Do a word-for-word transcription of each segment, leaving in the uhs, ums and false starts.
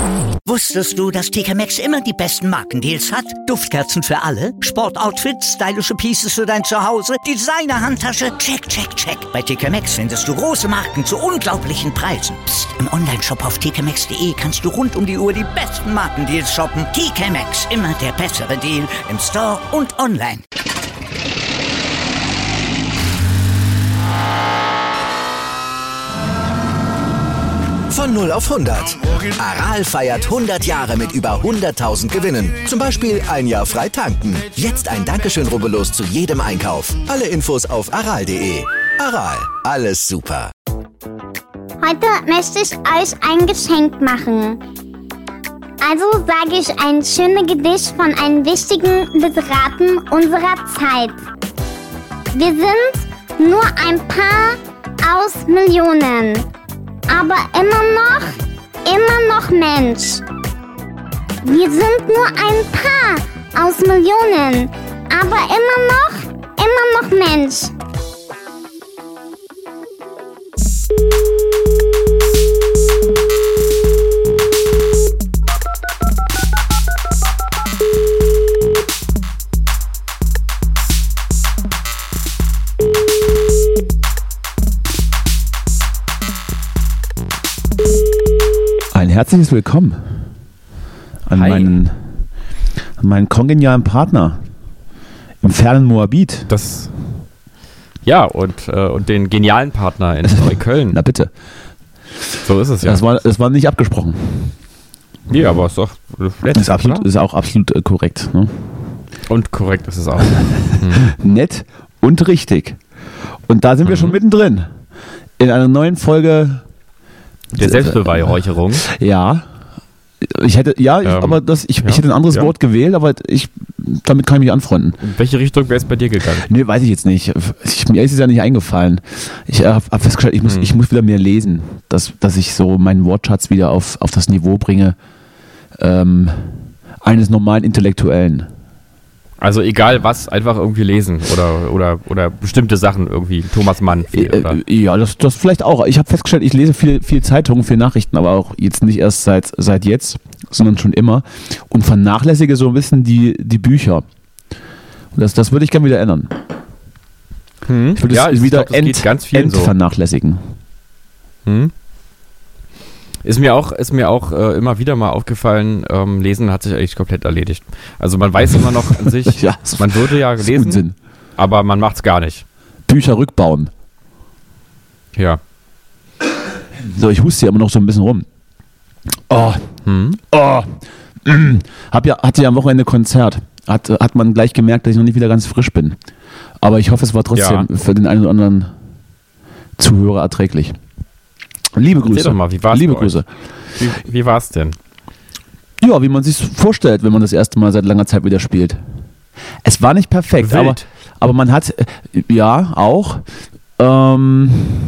Wusstest du, dass T K Maxx immer die besten Markendeals hat? Duftkerzen für alle, Sportoutfits, stylische Pieces für dein Zuhause, Designer-Handtasche, check, check, check. Bei T K Maxx findest du große Marken zu unglaublichen Preisen. Psst. Im Onlineshop auf t k maxx punkt d e kannst du rund um die Uhr die besten Markendeals shoppen. T K Maxx, immer der bessere Deal im Store und online. Von null auf hundert. Aral feiert hundert Jahre mit über hunderttausend Gewinnen. Zum Beispiel ein Jahr frei tanken. Jetzt ein Dankeschön, rubbellos zu jedem Einkauf. Alle Infos auf aral punkt de. Aral, alles super. Heute möchte ich euch ein Geschenk machen. Also sage ich ein schönes Gedicht von einem wichtigen Literaten unserer Zeit. Wir sind nur ein paar aus Millionen. Aber immer noch, immer noch Mensch. Wir sind nur ein paar aus Millionen, aber immer noch, immer noch Mensch. Ein herzliches Willkommen an meinen, an meinen kongenialen Partner im fernen Moabit. Das, ja, und, äh, und den genialen Partner in Neukölln. Na bitte. So ist es ja. Das war, das war nicht abgesprochen. Nee, aber ist doch nett. Ist, absolut, ist auch absolut äh, korrekt. Ne? Und korrekt ist es auch. mhm. Nett und richtig. Und da sind wir mhm. schon mittendrin. In einer neuen Folge der Selbstbeweihräucherung. Ja. Ich hätte, ja, ich, ähm, aber das, ich, ja, ich hätte ein anderes ja. Wort gewählt, aber ich, damit kann ich mich anfreunden. In welche Richtung wäre es bei dir gegangen? Nee, weiß ich jetzt nicht. Ich, mir ist es ja nicht eingefallen. Ich habe hab festgestellt, ich muss, hm. ich muss wieder mehr lesen, dass, dass ich so meinen Wortschatz wieder auf, auf das Niveau bringe ähm, eines normalen Intellektuellen. Also egal was, einfach irgendwie lesen oder, oder, oder bestimmte Sachen irgendwie, Thomas Mann. Viel, oder? Ja, das, das vielleicht auch. Ich habe festgestellt, ich lese viel, viel Zeitungen, viel Nachrichten, aber auch jetzt nicht erst seit, seit jetzt, sondern schon immer und vernachlässige so ein bisschen die, die Bücher. Und das, das würde ich gerne wieder ändern. Hm? Ich würde ja, es ich wieder glaub, das ent, geht ganz vielen entvernachlässigen. So. Hm? Ist mir auch, ist mir auch äh, immer wieder mal aufgefallen, ähm, Lesen hat sich eigentlich komplett erledigt. Also man weiß immer noch an sich, ja, man würde ja lesen, Unsinn. Aber man macht es gar nicht. Bücher rückbauen. Ja. So, ich huste hier immer noch so ein bisschen rum. Oh. Hm? Oh. Hab ja, hatte ja am Wochenende Konzert. Hat, hat man gleich gemerkt, dass ich noch nicht wieder ganz frisch bin. Aber ich hoffe, es war trotzdem ja. für den einen oder anderen Zuhörer erträglich. Liebe Grüße. Erzähl doch mal, wie war's Liebe Grüße. Wie, wie war's denn? Ja, wie man sich vorstellt, wenn man das erste Mal seit langer Zeit wieder spielt. Es war nicht perfekt, aber, aber man hat, ja, auch. Ähm,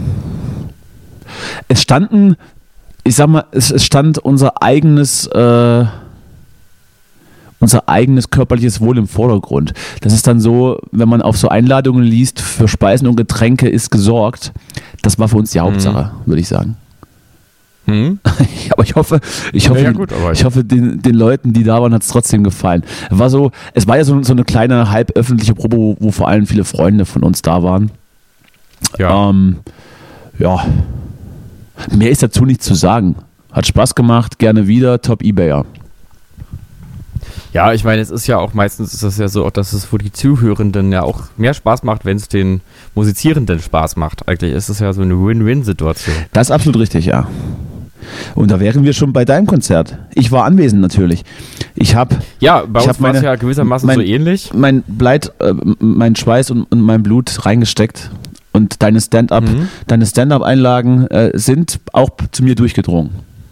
es standen, ich sag mal, es, es stand unser eigenes, äh, unser eigenes körperliches Wohl im Vordergrund. Das ist dann so, wenn man auf so Einladungen liest, für Speisen und Getränke ist gesorgt. Das war für uns die Hauptsache, mhm. würde ich sagen. Mhm. aber ich hoffe, ich hoffe, ja, ja, gut, aber ich hoffe den, den Leuten, die da waren, hat es trotzdem gefallen. War so, es war ja so, so eine kleine halböffentliche Probe, wo, wo vor allem viele Freunde von uns da waren. Ja. Ähm, ja. Mehr ist dazu nicht zu sagen. Hat Spaß gemacht, gerne wieder, Top Ebayer. Ja, ich meine, es ist ja auch meistens ist das ja so, dass es für die Zuhörenden ja auch mehr Spaß macht, wenn es den Musizierenden Spaß macht. Eigentlich ist es ja so eine Win-Win-Situation. Das ist absolut richtig, ja. Und da wären wir schon bei deinem Konzert. Ich war anwesend natürlich. Ich habe ja, bei uns war es ja gewissermaßen mein, so ähnlich. Mein Bleit, äh, mein Schweiß und, und mein Blut reingesteckt. Und deine Stand-up, mhm. deine Stand-up-Einlagen äh, sind auch zu mir durchgedrungen.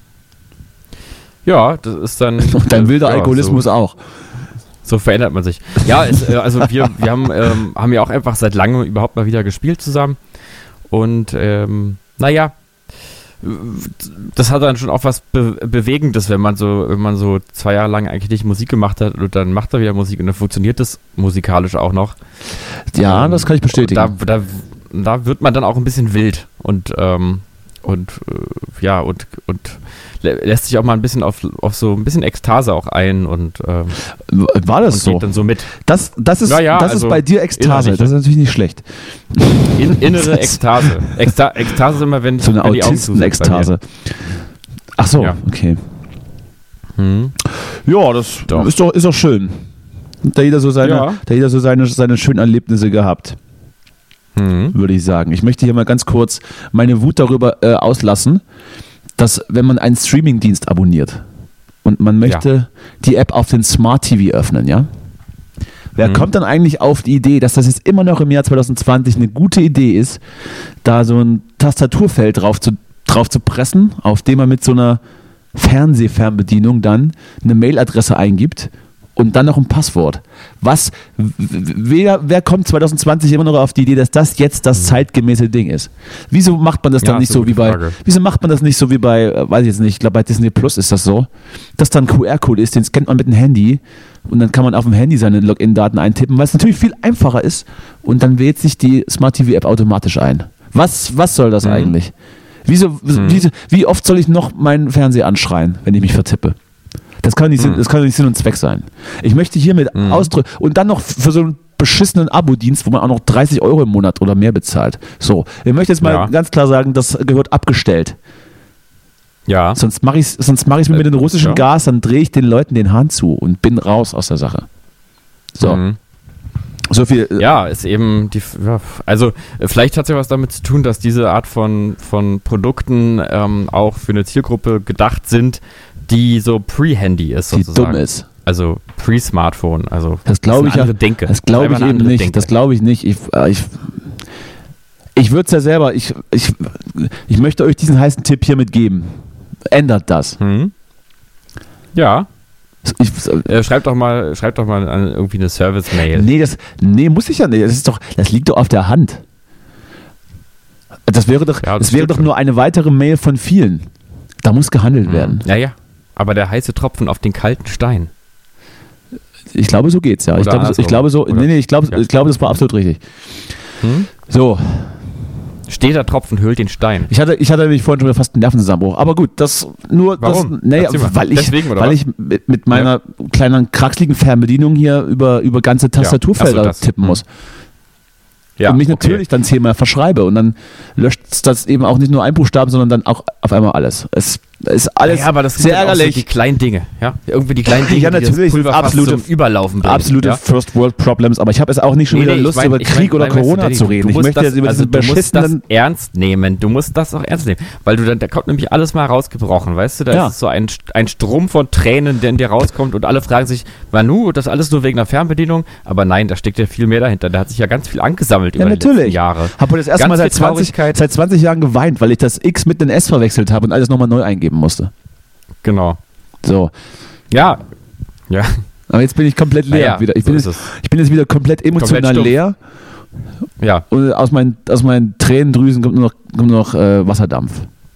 Ja, das ist dann... Und dein wilder ja, Alkoholismus so, auch. So verändert man sich. Ja, es, also wir, wir haben, ähm, haben ja auch einfach seit langem überhaupt mal wieder gespielt zusammen. Und ähm, naja, das hat dann schon auch was Be- Bewegendes, wenn man so, wenn man so zwei Jahre lang eigentlich nicht Musik gemacht hat und dann macht er wieder Musik und dann funktioniert das musikalisch auch noch. Ja, ähm, das kann ich bestätigen. Da, da, da wird man dann auch ein bisschen wild und ähm, und äh, ja, und, und lä- lässt sich auch mal ein bisschen auf, auf so ein bisschen Ekstase auch ein und ähm, war das und so? geht dann so mit. Das, das, ist, Ja, ja, das also ist bei dir Ekstase, innerlich. das ist natürlich nicht schlecht. In, innere Ekstase. Eksta- Ekstase ist immer, wenn, So eine wenn die Augen zu sind bei Autisten-Ekstase. Ach so, Ja. okay. mir. Hm. Ja, das Doch. ist doch, ist doch schön. Da jeder so seine, Ja. da jeder so seine, seine schönen Erlebnisse gehabt, Hm. würde ich sagen. Ich möchte hier mal ganz kurz meine Wut darüber äh, auslassen, dass wenn man einen Streamingdienst abonniert und man möchte die App auf den Smart T V öffnen, ja? Wer Mhm. kommt dann eigentlich auf die Idee, dass das jetzt immer noch im Jahr zwanzig zwanzig eine gute Idee ist, da so ein Tastaturfeld drauf zu, drauf zu pressen, auf dem man mit so einer Fernsehfernbedienung dann eine Mailadresse eingibt und dann noch ein Passwort. Was, w- w- wer, wer kommt zwanzig zwanzig immer noch auf die Idee, dass das jetzt das zeitgemäße Ding ist? Wieso macht man das Ja, dann nicht ist eine so wie gute bei, Frage. wieso macht man das nicht so wie bei, äh, weiß ich jetzt nicht, ich glaube bei Disney Plus ist das so, dass dann ein Q R-Code ist, den scannt man mit dem Handy und dann kann man auf dem Handy seine Login-Daten eintippen, weil es natürlich viel einfacher ist und dann wählt sich die Smart T V-App automatisch ein. Was, was soll das Mhm. eigentlich? Wieso, Mhm. wie, wie oft soll ich noch meinen Fernseher anschreien, wenn ich mich vertippe? Das kann nicht, Sinn, Mhm. das kann nicht Sinn und Zweck sein. Ich möchte hiermit Mhm. ausdrücken und dann noch für so einen beschissenen Abo-Dienst, wo man auch noch dreißig Euro im Monat oder mehr bezahlt. So, ich möchte jetzt mal Ja. ganz klar sagen, das gehört abgestellt. Ja. Sonst mache ich es sonst mach ich's mir mit Äh, dem russischen ja. Gas, dann drehe ich den Leuten den Hahn zu und bin raus aus der Sache. So, Mhm. so viel. äh, Ja, ist eben die, ja, also äh, vielleicht hat es ja was damit zu tun, dass diese Art von, von Produkten ähm, auch für eine Zielgruppe gedacht sind, die so Pre-Handy ist die sozusagen. dumm ist. Also Pre-Smartphone, also Das glaube ich ist eine ja. andere Denke. Das glaube ist ich einfach eine eben andere nicht. Denke. Das glaube ich nicht. Ich, äh, ich, ich würde es ja selber, ich, ich, ich möchte euch diesen heißen Tipp hiermit geben. Ändert das. Hm? Ja, Ich, äh, schreibt doch mal, schreibt doch mal an irgendwie eine Service-Mail. nee, das, nee, muss ich ja nicht. Das, ist doch, das liegt doch auf der Hand. Das wäre doch, Ja, das das wäre stimmt doch schon. nur eine weitere Mail von vielen. Da muss gehandelt werden. Ja, ja. Aber der heiße Tropfen auf den kalten Stein. Ich glaube, so geht's ja. Ich Oder glaube, so, ich andersrum. glaube so, Oder- nee, nee, ich glaube, Ja. ich glaube, das war absolut richtig. Hm? So, Steht der Tropfen, hüllt den Stein. ich hatte, ich hatte nämlich vorhin schon wieder fast einen Nervenzusammenbruch. Aber gut, das nur, Warum? das, naja, Erzähl mal. weil ich, Deswegen, oder weil was? ich mit, mit meiner kleinen kraxeligen Fernbedienung hier über, über ganze Tastaturfelder Ach so, das. tippen Hm. muss. Ja, und mich okay. natürlich dann zehnmal verschreibe und dann löscht das eben auch nicht nur ein Buchstaben, sondern dann auch auf einmal alles. Es ist alles ja, aber das sind sehr dann auch so ärgerlich. die kleinen Dinge, ja? Irgendwie die kleinen Dinge, Ja, die natürlich, das Pulverfass absolute- zum Überlaufen bringen. Absolute ja? First World Problems, aber ich habe es auch nicht schon Nee, wieder nee, ich Lust, mein- über ich Krieg mein- oder mein, weißt du, Corona Danny, zu reden. du Ich musst möchte das, jetzt über also diesen du musst das beschissenen. ernst nehmen. Du musst das auch ernst nehmen, weil du dann, da kommt nämlich alles mal rausgebrochen, weißt du? Da Ja. ist so ein, ein Strom von Tränen, der in dir rauskommt und alle fragen sich, Manu, das alles nur wegen einer Fernbedienung? Aber nein, da steckt ja viel mehr dahinter. Da hat sich ja ganz viel angesammelt Ja, über die letzten natürlich. Jahre. Habe das erste Ganz Mal viel seit zwanzig, Traurigkeit. seit zwanzig Jahren geweint, weil ich das X mit dem S verwechselt habe und alles nochmal neu eingeben musste. Genau. So. Ja. Ja. Aber jetzt bin ich komplett leer Naja, wieder. Ich so bin, ist jetzt, es. ich bin jetzt wieder komplett emotional Komplett stumpf. leer Ja. und aus meinen, aus meinen Tränendrüsen kommt nur noch, kommt nur noch äh, Wasserdampf.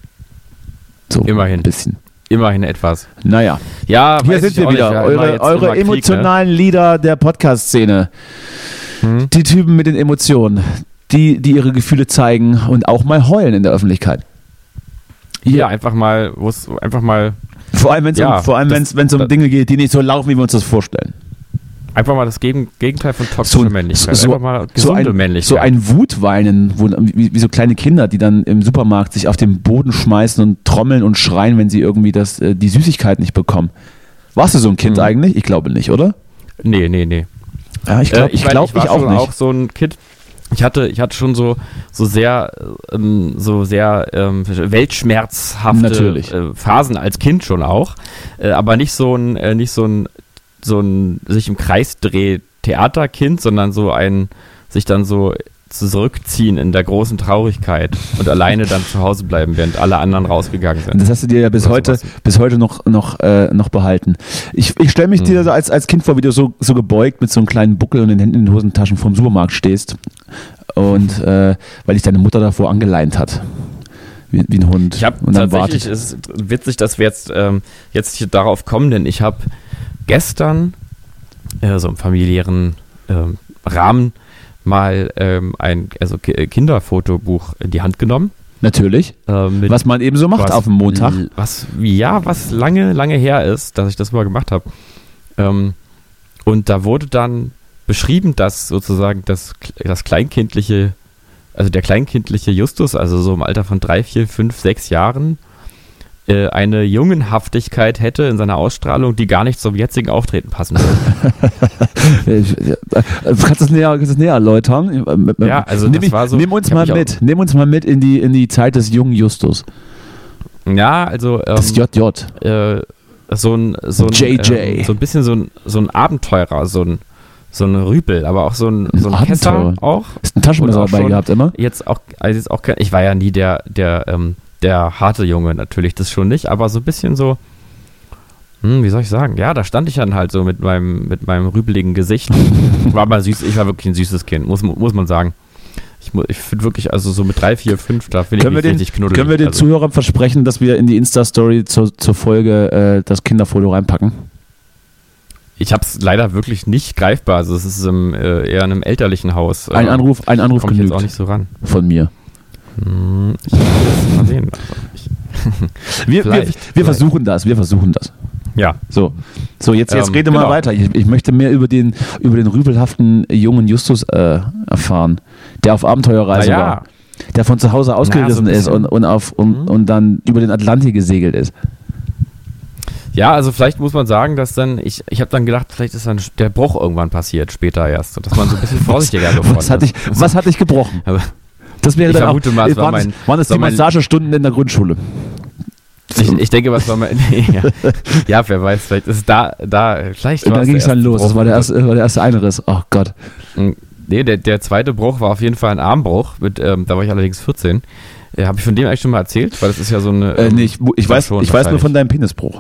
So, Immerhin. Ein bisschen. Immerhin etwas. Naja, Ja, hier weiß sind ich wir auch wieder. nicht. Ja, immer eure jetzt eure immer Krieg, ne? emotionalen Lieder der Podcast-Szene. Hm? Die Typen mit den Emotionen. Die, die ihre Gefühle zeigen und auch mal heulen in der Öffentlichkeit. Ja, einfach mal, wo es einfach mal, Vor allem, wenn es Ja, um, vor allem, das- wenn's, wenn's um das- Dinge geht, die nicht so laufen, wie wir uns das vorstellen. einfach mal das Gegen, Gegenteil von toxischer So- Männlichkeit. so- einfach mal So gesunde ein, Männlichkeit. so ein Wutweinen, wo, wie, wie so kleine Kinder, die dann im Supermarkt sich auf den Boden schmeißen und trommeln und schreien, wenn sie irgendwie das, äh, die Süßigkeit nicht bekommen. Warst du so ein Kind Mhm. eigentlich? Ich glaube nicht, oder? nee, nee, nee. Ja, ich glaube Äh, ich mein, glaub, ich war ich auch schon nicht. auch so ein Kind. Ich hatte, ich hatte schon so, so sehr, ähm, so sehr ähm, weltschmerzhafte Natürlich. äh, Phasen als Kind schon auch, äh, aber nicht so ein, äh, nicht so ein, so ein sich im Kreis dreh Theaterkind, sondern so ein sich dann so zurückziehen in der großen Traurigkeit und alleine dann zu Hause bleiben, während alle anderen rausgegangen sind. Das hast du dir ja bis Oder heute, sowas. bis heute noch, noch, äh, noch behalten. Ich, ich stelle mich Mhm. dir so als, als Kind vor, wie du so, so gebeugt mit so einem kleinen Buckel und den Händen in den Hosentaschen vorm Supermarkt stehst. Und äh, weil dich deine Mutter davor angeleint hat. Wie, wie ein Hund. Ich habe und dann tatsächlich, wartet. es ist witzig, dass wir jetzt, ähm, jetzt hier darauf kommen, denn ich habe gestern äh, so im familiären ähm, Rahmen mal ähm, ein also Ki- Kinderfotobuch in die Hand genommen Natürlich. Äh, mit, was man eben so macht was, auf dem Montag. Was, ja, was lange, lange her ist, dass ich das mal gemacht habe. Ähm, und da wurde dann beschrieben, dass sozusagen das, das kleinkindliche, also der kleinkindliche Justus, also so im Alter von drei, vier, fünf, sechs Jahren, äh, eine Jungenhaftigkeit hätte in seiner Ausstrahlung, die gar nicht zum jetzigen Auftreten passen würde. Kannst du es näher, näher erläutern? Ja, also nimm, das war so. Nimm uns mal mit, nimm uns mal mit in die, in die Zeit des jungen Justus. Ja, also ähm, das J J. Äh, so ein, so ein, J J. Ähm, so ein bisschen so ein, so ein Abenteurer, so ein, so ein Rüpel, aber auch so ein, so ein Abenteurer. Kesser auch. Ist ein Taschenmesser dabei gehabt immer? Jetzt auch, also jetzt auch, ich war ja nie der, der, ähm, der harte Junge, natürlich, das schon nicht, aber so ein bisschen so, hm, wie soll ich sagen, ja, da stand ich dann halt so mit meinem, mit meinem rübeligen Gesicht. War mal süß, ich war wirklich ein süßes Kind, muss, muss man sagen. Ich, ich finde wirklich, also so mit drei, vier, fünf, da finde ich mich richtig knuddelig. Können wir den also. Zuhörern versprechen, dass wir in die Insta-Story zur, zur Folge äh, das Kinderfoto reinpacken? Ich habe es leider wirklich nicht greifbar. Also es ist im, äh, eher in einem elterlichen Haus. Ein Anruf, ein Anruf genügt. genügt. Ich jetzt auch nicht so ran. Von mir. Hm, ich will das mal sehen. Also ich wir, wir, wir versuchen das, wir versuchen das. Ja. So, so jetzt, jetzt ähm, rede genau. mal weiter. Ich, ich möchte mehr über den, über den rübelhaften jungen Justus äh, erfahren, der auf Abenteuerreise ja. war. Der von zu Hause ausgerissen Na, so ist und, und, auf, und, mhm. und dann über den Atlantik gesegelt ist. Ja, also vielleicht muss man sagen, dass dann, ich, ich habe dann gedacht, vielleicht ist dann der Bruch irgendwann passiert, später erst, dass man so ein bisschen vorsichtiger geworden was hat ist. dich, was hat dich gebrochen? Aber das wäre ich dann vermute auch, mal, es war waren, mein- das, waren das war die mein- Massagestunden in der Grundschule? ich, ich denke, was war mein, ja, ja, wer weiß, vielleicht ist da, da, vielleicht Und war dann ging es der dann erste los. Das Bruch. war der erste, war der erste Einriss. Oh Gott. Nee, der, der zweite Bruch war auf jeden Fall ein Armbruch, mit, ähm, da war ich allerdings vierzehn. Äh, habe ich von dem eigentlich schon mal erzählt? Weil das ist ja so eine... Äh, ähm, nee, ich ich, weiß, schon ich weiß nur wahrscheinlich. von deinem Penisbruch.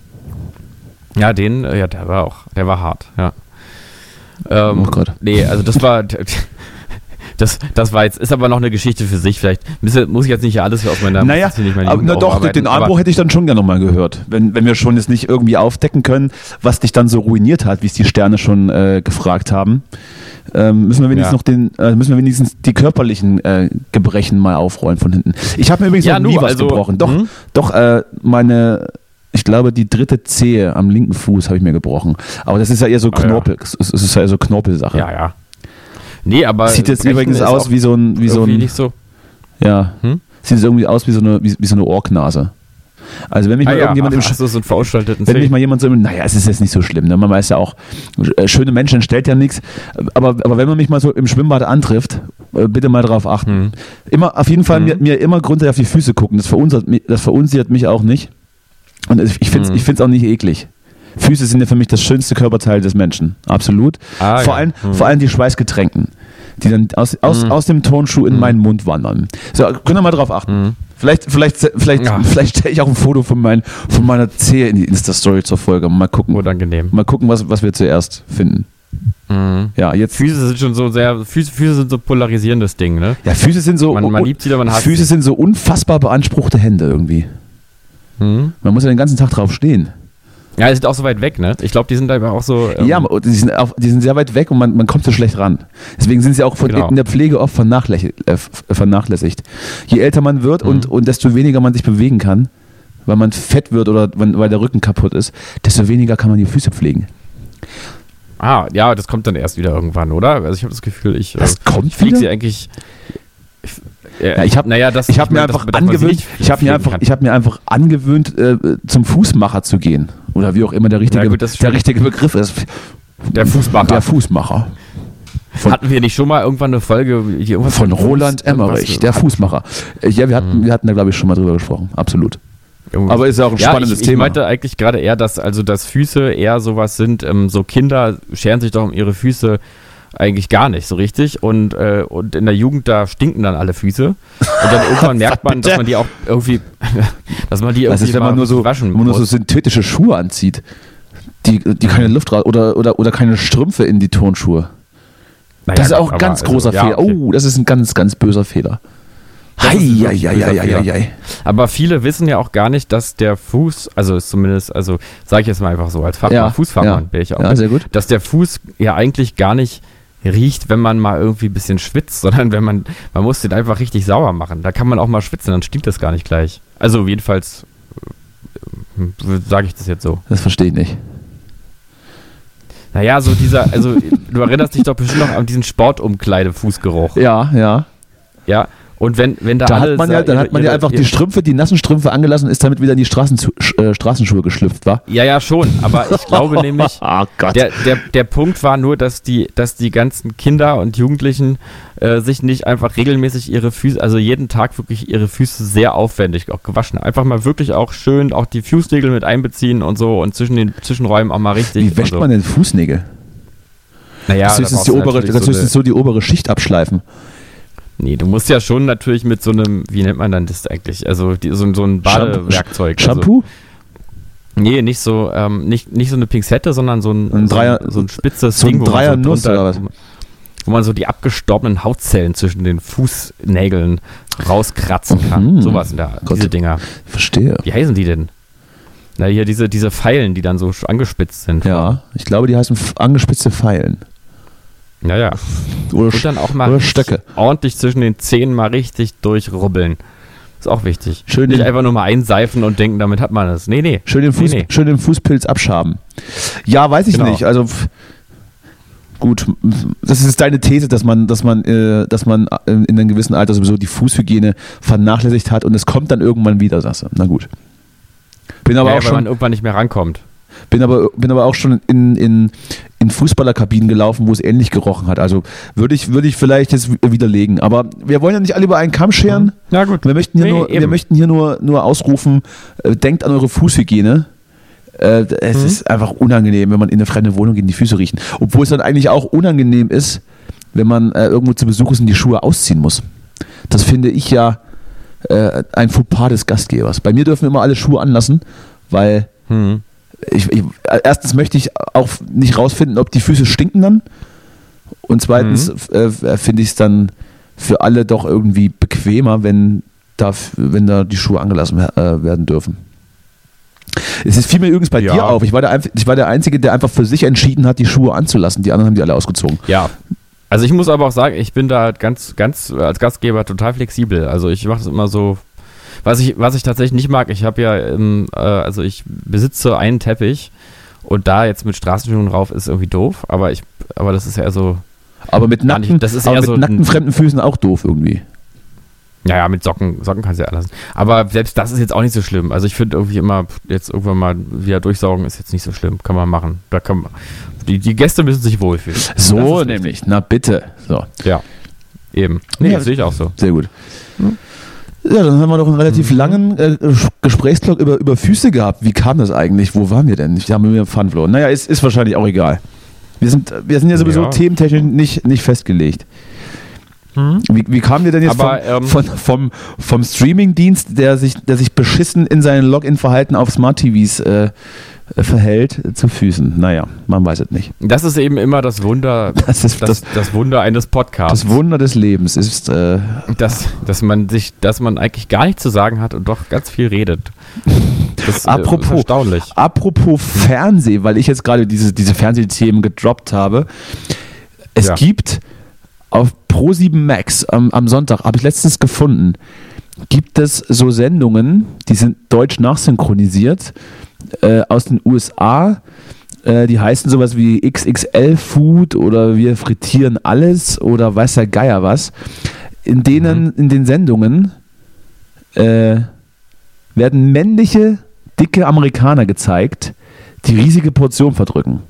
Ja, den, äh, ja, der war auch, der war hart, ja. Ähm, Oh Gott. Nee, also das war, das, das war jetzt, ist aber noch eine Geschichte für sich, vielleicht muss, muss ich jetzt nicht alles aus meiner... Naja, muss jetzt nicht meine aber, Jugend na doch, aufarbeiten, den Armbruch aber- hätte ich dann schon gerne nochmal gehört. Wenn, wenn wir schon jetzt nicht irgendwie aufdecken können, was dich dann so ruiniert hat, wie es die Sterne schon äh, gefragt haben, ähm, müssen wir wenigstens Ja. noch den, äh, müssen wir wenigstens die körperlichen äh, Gebrechen mal aufrollen von hinten. Ich habe mir übrigens Ja, noch nie nur, was also, gebrochen. Doch, hm? doch, äh, meine, ich glaube, die dritte Zehe am linken Fuß habe ich mir gebrochen. Aber das ist ja eher so Ah, ja. Knorpel, es ist, es ist ja eher so Knorpelsache. Ja, ja. Nee, aber... Sieht jetzt Brechen übrigens ist aus auch wie so ein, wie so irgendwie ein, nicht so... ja, Hm? sieht jetzt irgendwie aus wie so eine, wie, wie so eine Ohrgnase. Also wenn mich Ah, mal ja, irgendjemand im ach, hast du so einen veranstalteten Wenn Zeh? mich mal jemand so, naja, es ist jetzt nicht so schlimm, ne? Man weiß ja auch, äh, schöne Menschen entstellt ja nichts, aber, aber wenn man mich mal so im Schwimmbad antrifft, äh, bitte mal darauf achten. Hm. Immer, auf jeden Fall Mhm. mir, mir immer grundsätzlich auf die Füße gucken, das verunsichert, mich- das verunsichert mich auch nicht und ich finde es Mhm. ich find's auch nicht eklig. Füße sind ja für mich das schönste Körperteil des Menschen, absolut. Ah, vor, ja. allem, Mhm. vor allem die Schweißgetränkten, die dann aus, aus, Mhm. aus dem Turnschuh in Mhm. meinen Mund wandern. So, können wir mal drauf achten. Mhm. Vielleicht, vielleicht, vielleicht, Ja. vielleicht stelle ich auch ein Foto von, mein, von meiner Zehe in die Insta-Story zur Folge. Mal gucken, Unangenehm. mal gucken was, was wir zuerst finden. Mhm. Ja, jetzt. Füße sind schon so sehr, Füße, Füße sind so polarisierendes Ding, ne? Ja, Füße sind so. Man, man liebt sie oder man hasst Füße sie. sind so unfassbar beanspruchte Hände irgendwie. Mhm. Man muss ja den ganzen Tag drauf stehen. Ja, die sind auch so weit weg, ne? Ich glaube, die sind da aber auch so... ähm, Ja, aber die sind, auch, die sind sehr weit weg und man, man kommt so schlecht ran. Deswegen sind sie auch von, Genau. in der Pflege oft vernachlässigt. Äh, f- vernachlässigt. Je älter man wird Mhm. und, und desto weniger man sich bewegen kann, weil man fett wird oder wenn, weil der Rücken kaputt ist, desto weniger kann man die Füße pflegen. Ah, ja, das kommt dann erst wieder irgendwann, oder? Also ich habe das Gefühl, ich, äh, Das kommt ich fliege wieder? sie eigentlich... Ich, äh, Ja, ich habe naja, das, ich hab mir meine, einfach dass- dass man sie angewöhnt, nicht ich habe mir pflegen einfach, kann. ich habe mir einfach angewöhnt, äh, zum Fußmacher zu gehen oder wie auch immer der richtige, Ja, gut, das ist der schon- richtige Begriff ist. Der Fußmacher. Der Fußmacher. Von, Hatten wir nicht schon mal irgendwann eine Folge die irgendwas von mit Roland Fuß- irgendwas- Emmerich, der Fußmacher. Äh, Ja, wir hatten, wir hatten da glaube ich schon mal drüber gesprochen, absolut. Irgendwas- Aber ist ja auch ein ja, spannendes ich, Thema. Ich meinte eigentlich gerade eher, dass also dass Füße eher sowas sind, ähm, so Kinder scheren sich doch um ihre Füße eigentlich gar nicht so richtig und, äh, und in der Jugend da stinken dann alle Füße und dann irgendwann merkt man, dass man die auch irgendwie, dass man die Das irgendwie ist, wenn mal man nur so, waschen wenn man nur so muss. synthetische Schuhe anzieht, die, die keine Luft ra- oder, oder, oder keine Strümpfe in die Turnschuhe. Naja, Das ist gut, auch ein aber ganz also, großer ja, Fehler. okay. Oh, das ist ein ganz, ganz böser Fehler. Das ist ein wirklich böser Heieieiei. Aber viele wissen ja auch gar nicht, dass der Fuß, also ist zumindest, also sage ich jetzt mal einfach so als Fachmann, Ja, Fußfachmann ja. bin ich auch, Ja, sehr gut. dass der Fuß ja eigentlich gar nicht riecht, wenn man mal irgendwie ein bisschen schwitzt, sondern wenn man, man muss den einfach richtig sauer machen. Da kann man auch mal schwitzen, dann stinkt das gar nicht gleich. Also jedenfalls äh, sage ich das jetzt so. Das verstehe ich nicht. Naja, so dieser, also du erinnerst dich doch bestimmt noch an diesen Sportumkleidefußgeruch. Ja, ja. Ja, und wenn, wenn da, Da alle hat man ja, ihre- dann hat man ja ihre- einfach ihre- die Strümpfe, die nassen Strümpfe angelassen und ist damit wieder in die Straßenzu- äh, Straßenschuhe geschlüpft, war? Ja, ja, schon, aber ich glaube nämlich, Oh Gott. der, der, der Punkt war nur, dass die, dass die ganzen Kinder und Jugendlichen äh, sich nicht einfach regelmäßig ihre Füße, also jeden Tag wirklich ihre Füße sehr aufwendig auch gewaschen. Einfach mal wirklich auch schön auch die Fußnägel mit einbeziehen und so und zwischen den Zwischenräumen auch mal richtig. Wie wäscht und so. man denn Fußnägel? Naja, das da ist brauchst die du obere, natürlich das so ist eine- so die obere Schicht abschleifen. Nee, du musst ja schon natürlich mit so einem, wie nennt man dann das eigentlich? Also die, so, so ein Badewerkzeug. Shampoo? Also, nee, nicht so, ähm, nicht, nicht so eine Pinzette, sondern so ein, Ein so Dreier- ein, so ein spitzes so ein Ding, wo man Dreier-Nuss drunter- oder was? wo man so die abgestorbenen Hautzellen zwischen den Fußnägeln rauskratzen kann. Mhm. Sowas in der, Gott. diese Dinger. Verstehe. Wie heißen die denn? Na, hier diese, diese Pfeilen, die dann so angespitzt sind. Ja, ich glaube, die heißen f- angespitzte Pfeilen. Naja. Oder, Und dann auch mal oder Stöcke. ordentlich zwischen den Zähnen mal richtig durchrubbeln. Ist auch wichtig. Schön Nicht den- einfach nur mal einseifen und denken, damit hat man das. Nee, nee. Schön den, Fuß, Nee, nee. schön den Fußpilz abschaben. Ja, weiß ich Genau. nicht. Also f- gut, das ist deine These, dass man, dass man, äh, dass man in einem gewissen Alter sowieso die Fußhygiene vernachlässigt hat und es kommt dann irgendwann wieder, sagst du. Na gut. Bin aber Ja, auch weil man schon, irgendwann nicht mehr rankommt. bin aber, bin aber auch schon in, in, in Fußballerkabinen gelaufen, wo es ähnlich gerochen hat. Also würde ich, würde ich vielleicht jetzt widerlegen. Aber wir wollen ja nicht alle über einen Kamm scheren. Ja, gut. Wir möchten hier, Nee, nur, wir eben. möchten hier nur, nur ausrufen, äh, denkt an eure Fußhygiene. Äh, es Mhm. ist einfach unangenehm, wenn man in eine fremde Wohnung geht, die Füße riechen. Obwohl es dann eigentlich auch unangenehm ist, wenn man äh, irgendwo zu Besuch ist und die Schuhe ausziehen muss. Das finde ich ja äh, ein Fauxpas des Gastgebers. Bei mir dürfen immer alle Schuhe anlassen, weil Hm. ich, ich, erstens möchte ich auch nicht rausfinden, ob die Füße stinken dann. Und zweitens äh, finde ich es dann für alle doch irgendwie bequemer, wenn da, wenn da die Schuhe angelassen äh, werden dürfen. Es ist fiel mir übrigens bei Ja. dir auf. Ich war, der, Einf- ich war der Einzige, der einfach für sich entschieden hat, die Schuhe anzulassen. Die anderen haben die alle ausgezogen. Ja. Also ich muss aber auch sagen, ich bin da ganz, ganz als Gastgeber total flexibel. Also ich mache das immer so. Was ich, was ich tatsächlich nicht mag, ich habe ja, ähm, äh, also ich besitze einen Teppich und da jetzt mit Straßenschuhen rauf ist irgendwie doof, aber ich, aber das ist ja so, Aber mit Gar nackten, nicht. Das ist aber eher mit so nackten ein- fremden Füßen auch doof irgendwie. naja, mit Socken, Socken kannst du ja lassen. Aber selbst das ist jetzt auch nicht so schlimm. Also ich finde irgendwie immer, jetzt irgendwann mal wieder durchsaugen ist jetzt nicht so schlimm, kann man machen. Da kann man, die, die Gäste müssen sich wohlfühlen. Das So ist nämlich. Na bitte. So, Ja, eben. Nee, Ja. das sehe ich auch so. sehr gut. Ja, dann haben wir noch einen relativ langen äh, Gesprächsblock über, über Füße gehabt. Wie kam das eigentlich? Wo waren wir denn? Wir haben mir Fun verloren. Naja, ist, ist wahrscheinlich auch egal. Wir sind, wir sind ja sowieso Ja. thementechnisch nicht, nicht festgelegt. Wie, wie kamen wir denn jetzt Aber, vom, ähm, von, vom, vom Streaming-Dienst, der sich, der sich beschissen in seinem Login-Verhalten auf Smart-T Vs äh, äh, verhält, äh, zu Füßen? Naja, man weiß es nicht. Das ist eben immer das Wunder, Das ist das, das Wunder eines Podcasts. Das Wunder des Lebens ist, äh, dass, dass man sich, dass man eigentlich gar nichts zu sagen hat und doch ganz viel redet. Das ist, äh, Apropos- erstaunlich. apropos Fernseh, weil ich jetzt gerade diese, diese Fernsehthemen gedroppt habe. Es Ja. gibt auf Pro sieben Max am, am Sonntag, habe ich letztens gefunden, gibt es so Sendungen, die sind deutsch nachsynchronisiert, äh, aus den U S A. Äh, die heißen sowas wie X X L Food oder wir frittieren alles oder weiß der Geier was. In denen, in den Sendungen äh, werden männliche, dicke Amerikaner gezeigt, die riesige Portionen verdrücken.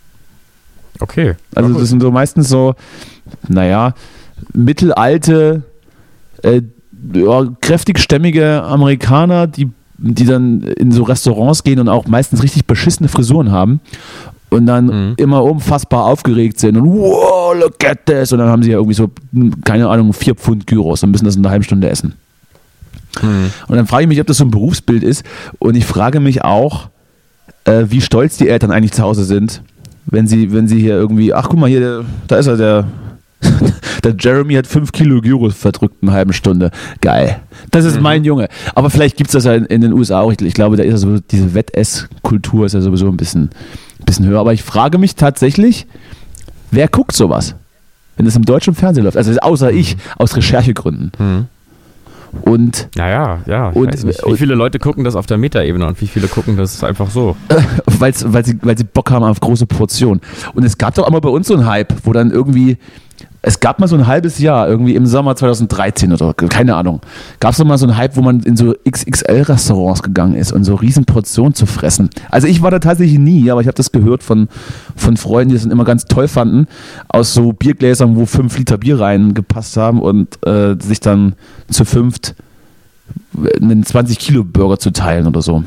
Okay. Also Ja, gut. das sind so meistens so, naja, mittelalte, äh, ja, kräftigstämmige Amerikaner, die, die dann in so Restaurants gehen und auch meistens richtig beschissene Frisuren haben und dann Mhm. immer unfassbar aufgeregt sind und wow, look at this, und dann haben sie ja irgendwie so, keine Ahnung, vier Pfund Gyros und müssen das in einer halben Stunde essen. Mhm. Und dann frage ich mich, ob das so ein Berufsbild ist, und ich frage mich auch, äh, wie stolz die Eltern eigentlich zu Hause sind, wenn sie, wenn sie hier irgendwie, ach guck mal hier, der, da ist er, der, der Jeremy hat fünf Kilo Gyros verdrückt in einer halben Stunde. Geil. Das ist mein Junge. Aber vielleicht gibt es das ja in, in den U S A auch. Ich, ich glaube, da ist ja so, diese Wettesskultur ist ja sowieso ein bisschen, bisschen höher. Aber ich frage mich tatsächlich, wer guckt sowas? wenn das im deutschen Fernsehen läuft. Also außer ich, aus Recherchegründen. Mhm. Und Naja, ja. Ich Und- weiß nicht. Wie und- viele Leute gucken das auf der Metaebene und wie viele gucken das einfach so? weil's, weil, sie, weil sie Bock haben auf große Portionen. Und es gab doch auch mal bei uns so einen Hype, wo dann irgendwie, es gab mal so ein halbes Jahr, irgendwie im Sommer zwanzig dreizehn oder keine Ahnung, gab es doch mal so einen Hype, wo man in so X X L-Restaurants gegangen ist und so riesen Portionen zu fressen. Also ich war da tatsächlich nie, aber ich habe das gehört von, von Freunden, die das dann immer ganz toll fanden, aus so Biergläsern, wo fünf Liter Bier reingepasst haben und äh, sich dann zu fünft einen zwanzig Kilo Burger zu teilen oder so.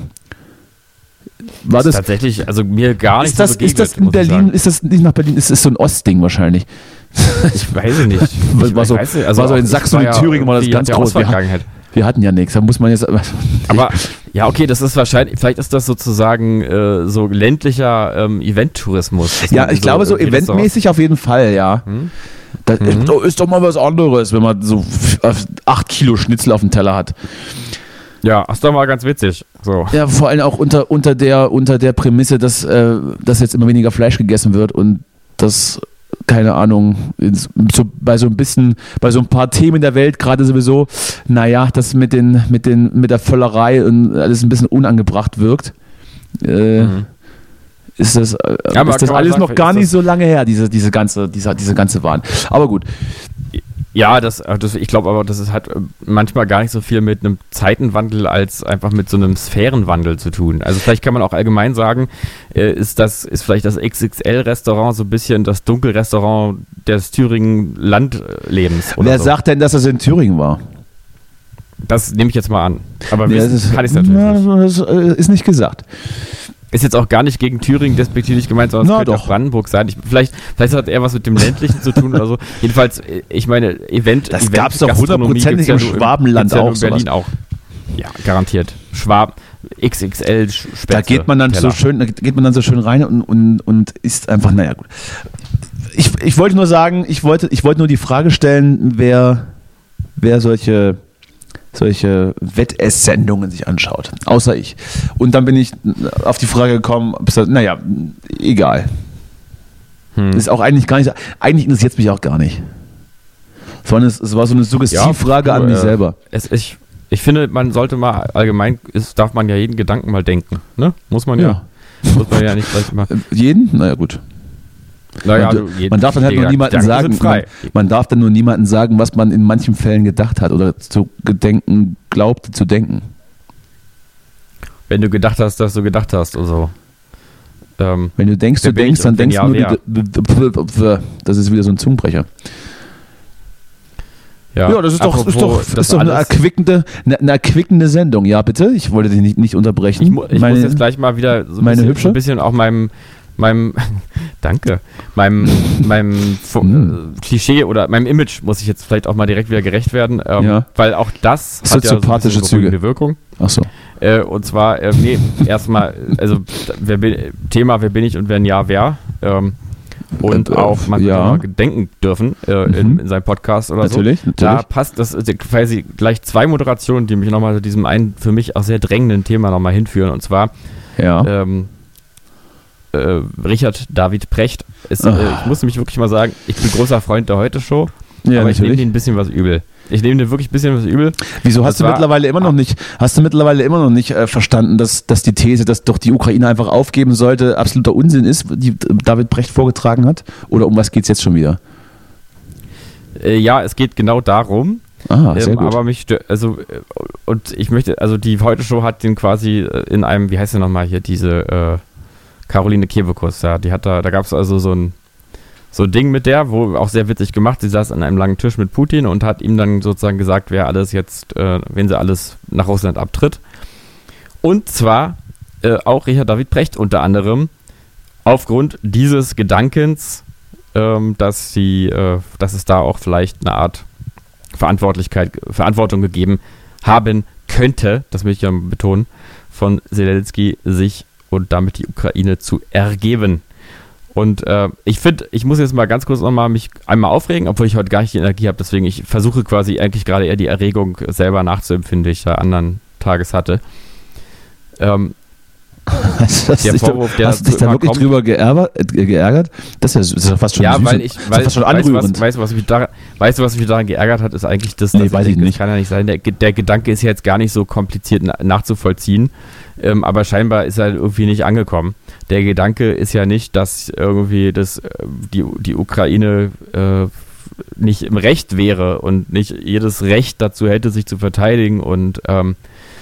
War Das ist das, tatsächlich, also mir gar nicht ist das, so begegnet, ist das in muss ich Berlin, sagen. ist das nicht nach Berlin, ist das so ein Ostding wahrscheinlich? Ich weiß es nicht. Ich War so- weiß nicht. war so in ich Sachsen und ja Thüringen war das irgendwie- ganz hat ja groß. Wir Ausvergangenheit. Wir hatten ja nichts, da muss man jetzt. Aber ja, okay, das ist wahrscheinlich, vielleicht ist das sozusagen äh, so ländlicher ähm, Event-Tourismus. dass Ja, man ich glaube, so irgendwie eventmäßig auf jeden Fall, ja. Hm? Das ist, doch- ist doch mal was anderes, wenn man so f- acht Kilo Schnitzel auf dem Teller hat. Ja, ist doch mal ganz witzig. So. Ja, vor allem auch unter, unter, der, unter der Prämisse, dass, äh, dass jetzt immer weniger Fleisch gegessen wird und das, keine Ahnung, ins- so, bei so ein bisschen, bei so ein paar Themen der Welt gerade sowieso, naja, das mit, den, mit, den, mit der Völlerei und alles ein bisschen unangebracht wirkt. Äh, Mhm. Ist das, äh, Ja, aber ist das kann man alles sagen, noch vielleicht gar ist nicht das- so lange her, diese, diese, ganze, diese, diese ganze Wahn. Aber gut. Ja, das, äh, das ich glaube aber, das ist, hat äh, manchmal gar nicht so viel mit einem Zeitenwandel als einfach mit so einem Sphärenwandel zu tun. Also vielleicht kann man auch allgemein sagen, äh, ist das, ist vielleicht das X X L-Restaurant so ein bisschen das Dunkelrestaurant des Thüringen Landlebens. Oder Wer so. sagt denn, dass das in Thüringen war? Das nehme ich jetzt mal an. Aber Nee, wissen das ist, kann ich es natürlich na, nicht. das äh, ist nicht gesagt. Ist jetzt auch gar nicht gegen Thüringen despektierlich gemeint, sondern es Na könnte doch. auch Brandenburg sein. Ich, vielleicht, vielleicht hat er was mit dem Ländlichen zu tun oder so. Jedenfalls, äh, ich meine, Event, Das Event gab's doch Gastronomie hundertprozentig gibt's im nur Schwabenland gibt's ja nur auch, in Berlin auch. Ja, garantiert. Schwab, X X L Spätzle. Da geht man dann so Teller. schön, da geht man dann so schön rein und, und, und isst einfach, naja gut. Ich, ich wollte nur sagen, ich wollte, ich wollte nur die Frage stellen, wer, wer solche, solche Wettesssendungen sich anschaut. Außer ich. Und dann bin ich auf die Frage gekommen, ob es da- naja, egal. Hm. Das ist auch eigentlich gar nicht, eigentlich interessiert es mich auch gar nicht. Es war, eine, es war so eine Suggestivfrage Ja, an du, mich äh, selber. Es, ich, ich finde, man sollte mal allgemein, ist, darf man ja jeden Gedanken mal denken. Ne? Muss man ja. Muss man ja nicht gleich immer. Äh, Jeden? Naja, gut. Naja, man, du, jeden- man darf dann halt die nur niemandem Gedanken sagen, sind frei. man, man darf dann nur niemandem sagen, was man in manchen Fällen gedacht hat oder zu gedenken, glaubte zu denken. Wenn du gedacht hast, dass du gedacht hast und so. Ähm, Wenn du denkst, Wer du bin denkst, ich dann und wenn denkst ja, du wer? nur, das ist wieder so ein Zungenbrecher. ja, Ja, das ist doch, ist apropos, doch, das ist doch eine, alles- erquickende, eine, eine erquickende Sendung. Ja, bitte? Ich wollte dich nicht, nicht unterbrechen. Ich, mu ich Meine- muss jetzt gleich mal wieder so ein, meine bisschen, Hübsche? so ein bisschen auch meinem, meinem, danke, meinem, meinem Fu- Mm. äh, Klischee oder meinem Image muss ich jetzt vielleicht auch mal direkt wieder gerecht werden, ähm, Ja. weil auch das So hat ja so ein sympathische bisschen Züge. beruhigende Wirkung. Ach so. Äh, und zwar, äh, nee, erstmal, also da- wer bin, Thema, wer bin ich und wenn ja, wer. Ähm, und Äh, auch man ja. ja. gedenken dürfen äh, Mhm. in, in seinem Podcast oder Natürlich, so. Da natürlich. passt das ist quasi gleich zwei Moderationen, die mich nochmal zu diesem einen für mich auch sehr drängenden Thema nochmal hinführen. Und zwar Ja. ähm, äh, Richard David Precht. Ist, äh, Ah. ich muss nämlich wirklich mal sagen, ich bin großer Freund der Heute-Show, ja, aber ich nehme natürlich. denen ein bisschen was übel. Ich nehme denen wirklich ein bisschen was übel. Wieso hast Das du war- mittlerweile immer noch nicht, hast du mittlerweile immer noch nicht äh, verstanden, dass, dass die These, dass doch die Ukraine einfach aufgeben sollte, absoluter Unsinn ist, die David Precht vorgetragen hat? Oder um was geht es jetzt schon wieder? Äh, ja, es geht genau darum. Ah, sehr Ähm, gut. aber mich, stö- also, äh, und ich möchte, also die Heute-Show hat den quasi äh, in einem, wie heißt der nochmal hier, diese äh, Caroline Kebekus, ja, die hat da, da gab es also so ein, so ein Ding mit der, wo auch sehr witzig gemacht, sie saß an einem langen Tisch mit Putin und hat ihm dann sozusagen gesagt, wer alles jetzt, äh, wenn sie alles nach Russland abtritt. Und zwar äh, auch Richard David Precht unter anderem aufgrund dieses Gedankens, ähm, dass sie, äh, dass es da auch vielleicht eine Art Verantwortlichkeit, Verantwortung gegeben haben könnte, das möchte ich ja betonen, von Zelensky sich und damit die Ukraine zu ergeben. Und äh, ich finde, ich muss jetzt mal ganz kurz nochmal mich einmal aufregen, obwohl ich heute gar nicht die Energie habe, deswegen ich versuche quasi eigentlich gerade eher die Erregung selber nachzuempfinden, die ich da anderen Tages hatte. Ähm, Hast, hast Der dich Vorwurf, da, der hast du dich da immer wirklich kommt. drüber geärgert? Äh, geärgert? Das ist ja, das ist ja fast schon Ja, süß. weil ich, das ist weil, ja fast schon weißt, du, anrührend. was, weißt, du, was mich daran, weißt du, was mich daran geärgert hat, ist eigentlich das, dass Nee, weiß ich ich denke, nicht. das kann ja nicht sein. Der, der Gedanke ist ja jetzt gar nicht so kompliziert na, nachzuvollziehen, ähm, aber scheinbar ist er irgendwie nicht angekommen. Der Gedanke ist ja nicht, dass irgendwie das, äh, die, die Ukraine äh, nicht im Recht wäre und nicht jedes Recht dazu hätte, sich zu verteidigen und ähm,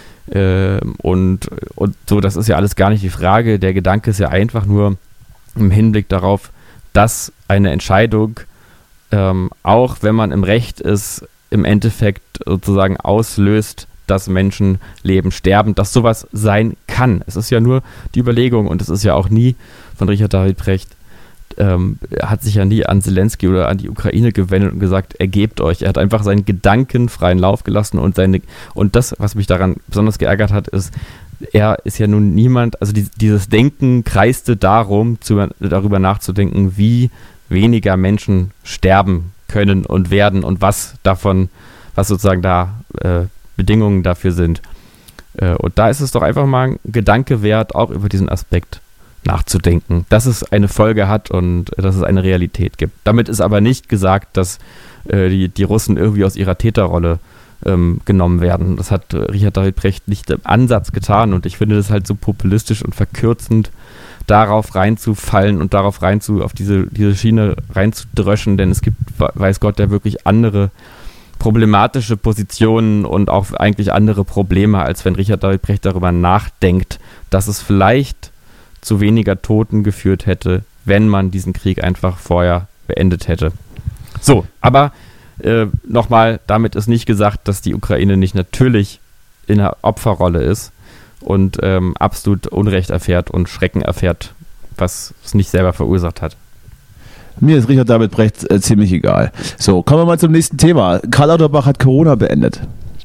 äh, und, und so, das ist ja alles gar nicht die Frage. Der Gedanke ist ja einfach nur im Hinblick darauf, dass eine Entscheidung, ähm, auch wenn man im Recht ist, im Endeffekt sozusagen auslöst, dass Menschen leben, sterben, dass sowas sein kann. Es ist ja nur die Überlegung und es ist ja auch nie von Richard David Precht, ähm, er hat sich ja nie an Zelensky oder an die Ukraine gewendet und gesagt, ergebt euch. Er hat einfach seinen Gedanken freien Lauf gelassen und seine, und das, was mich daran besonders geärgert hat, ist, er ist ja nun niemand, also die, dieses Denken kreiste darum, zu, darüber nachzudenken, wie weniger Menschen sterben können und werden und was davon, was sozusagen da äh, Bedingungen dafür sind. Äh, und da ist es doch einfach mal ein Gedanke wert, auch über diesen Aspekt nachzudenken, dass es eine Folge hat und äh, dass es eine Realität gibt. Damit ist aber nicht gesagt, dass äh, die, die Russen irgendwie aus ihrer Täterrolle ähm, genommen werden. Das hat äh, Richard David Precht nicht im Ansatz getan und ich finde das halt so populistisch und verkürzend, darauf reinzufallen und darauf rein zu, auf diese, diese Schiene reinzudröschen, denn es gibt, weiß Gott, ja wirklich andere problematische Positionen und auch eigentlich andere Probleme, als wenn Richard David Precht darüber nachdenkt, dass es vielleicht zu weniger Toten geführt hätte, wenn man diesen Krieg einfach vorher beendet hätte. So, aber äh, nochmal, damit ist nicht gesagt, dass die Ukraine nicht natürlich in der Opferrolle ist und ähm, absolut Unrecht erfährt und Schrecken erfährt, was es nicht selber verursacht hat. Mir ist Richard David Precht äh, ziemlich egal. So, kommen wir mal zum nächsten Thema. Karl Lauterbach hat Corona beendet.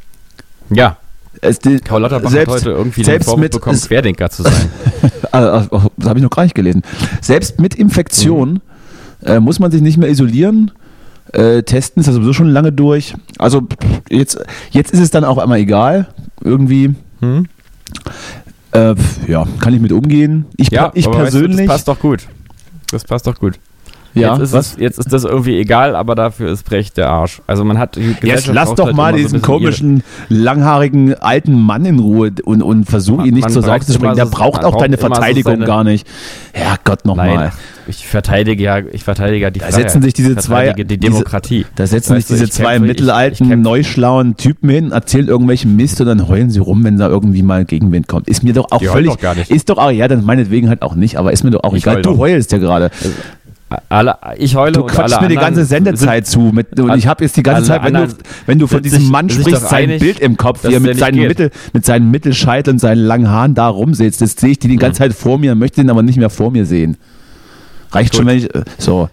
Ja, Es, die, Karl Lauterbach selbst, hat heute irgendwie den selbst Vorwurf mit, bekommen, es- Querdenker zu sein. Ah, ah, das habe ich noch gar nicht gelesen. Selbst mit Infektion Mhm. äh, muss man sich nicht mehr isolieren. Äh, testen ist ja sowieso schon lange durch. Also jetzt, jetzt ist es dann auch einmal egal. Irgendwie, Hm? äh, ja, kann ich mit umgehen. Ich, Ja, ich aber persönlich. Weißt du, das passt doch gut. Das passt doch gut. ja, jetzt, ist was? es, jetzt ist das irgendwie egal, aber dafür ist Precht der Arsch. Also man hat die Jetzt Gesellschaft lass braucht doch halt mal immer so ein diesen bisschen komischen, langhaarigen alten Mann in Ruhe und, und versuch Man- ihn nicht man zur braucht Seite zu springen. immer Der so- braucht man auch braucht deine immer so Verteidigung seine- gar nicht. Herrgott Nein, nochmal. ich verteidige ja, ich verteidige ja die Da Freiheit. setzen sich diese ich verteidige zwei- die diese- Demokratie. Da setzen Weißt sich du, diese ich zwei kämpfe- ich- mittelalten, ich kämpfe- neuschlauen Typen hin, erzählen irgendwelchen Mist und dann heulen sie rum, wenn da irgendwie mal Gegenwind kommt. Ist mir doch auch Die heulen völlig. doch gar nicht. Ist doch auch, ja, dann meinetwegen halt auch nicht, aber ist mir doch auch Ich egal. heul Du doch. heulst ja gerade. Alle, ich heule Du und quatschst alle mir die ganze anderen Sendezeit zu. Mit, und alle- ich habe jetzt die ganze alle Zeit, wenn du, anderen wenn du von sind diesem sich- Mann sind sich sprichst, doch sein einig, Bild im Kopf, dass wie er der mit nicht seinen, geht. Mittel, mit seinen Mittelscheitel und seinen langen Haaren da rumsitzt. Das sehe ich die die ganze Zeit vor mir, möchte ihn aber nicht mehr vor mir sehen. Reicht Gut. schon, wenn ich. äh, So.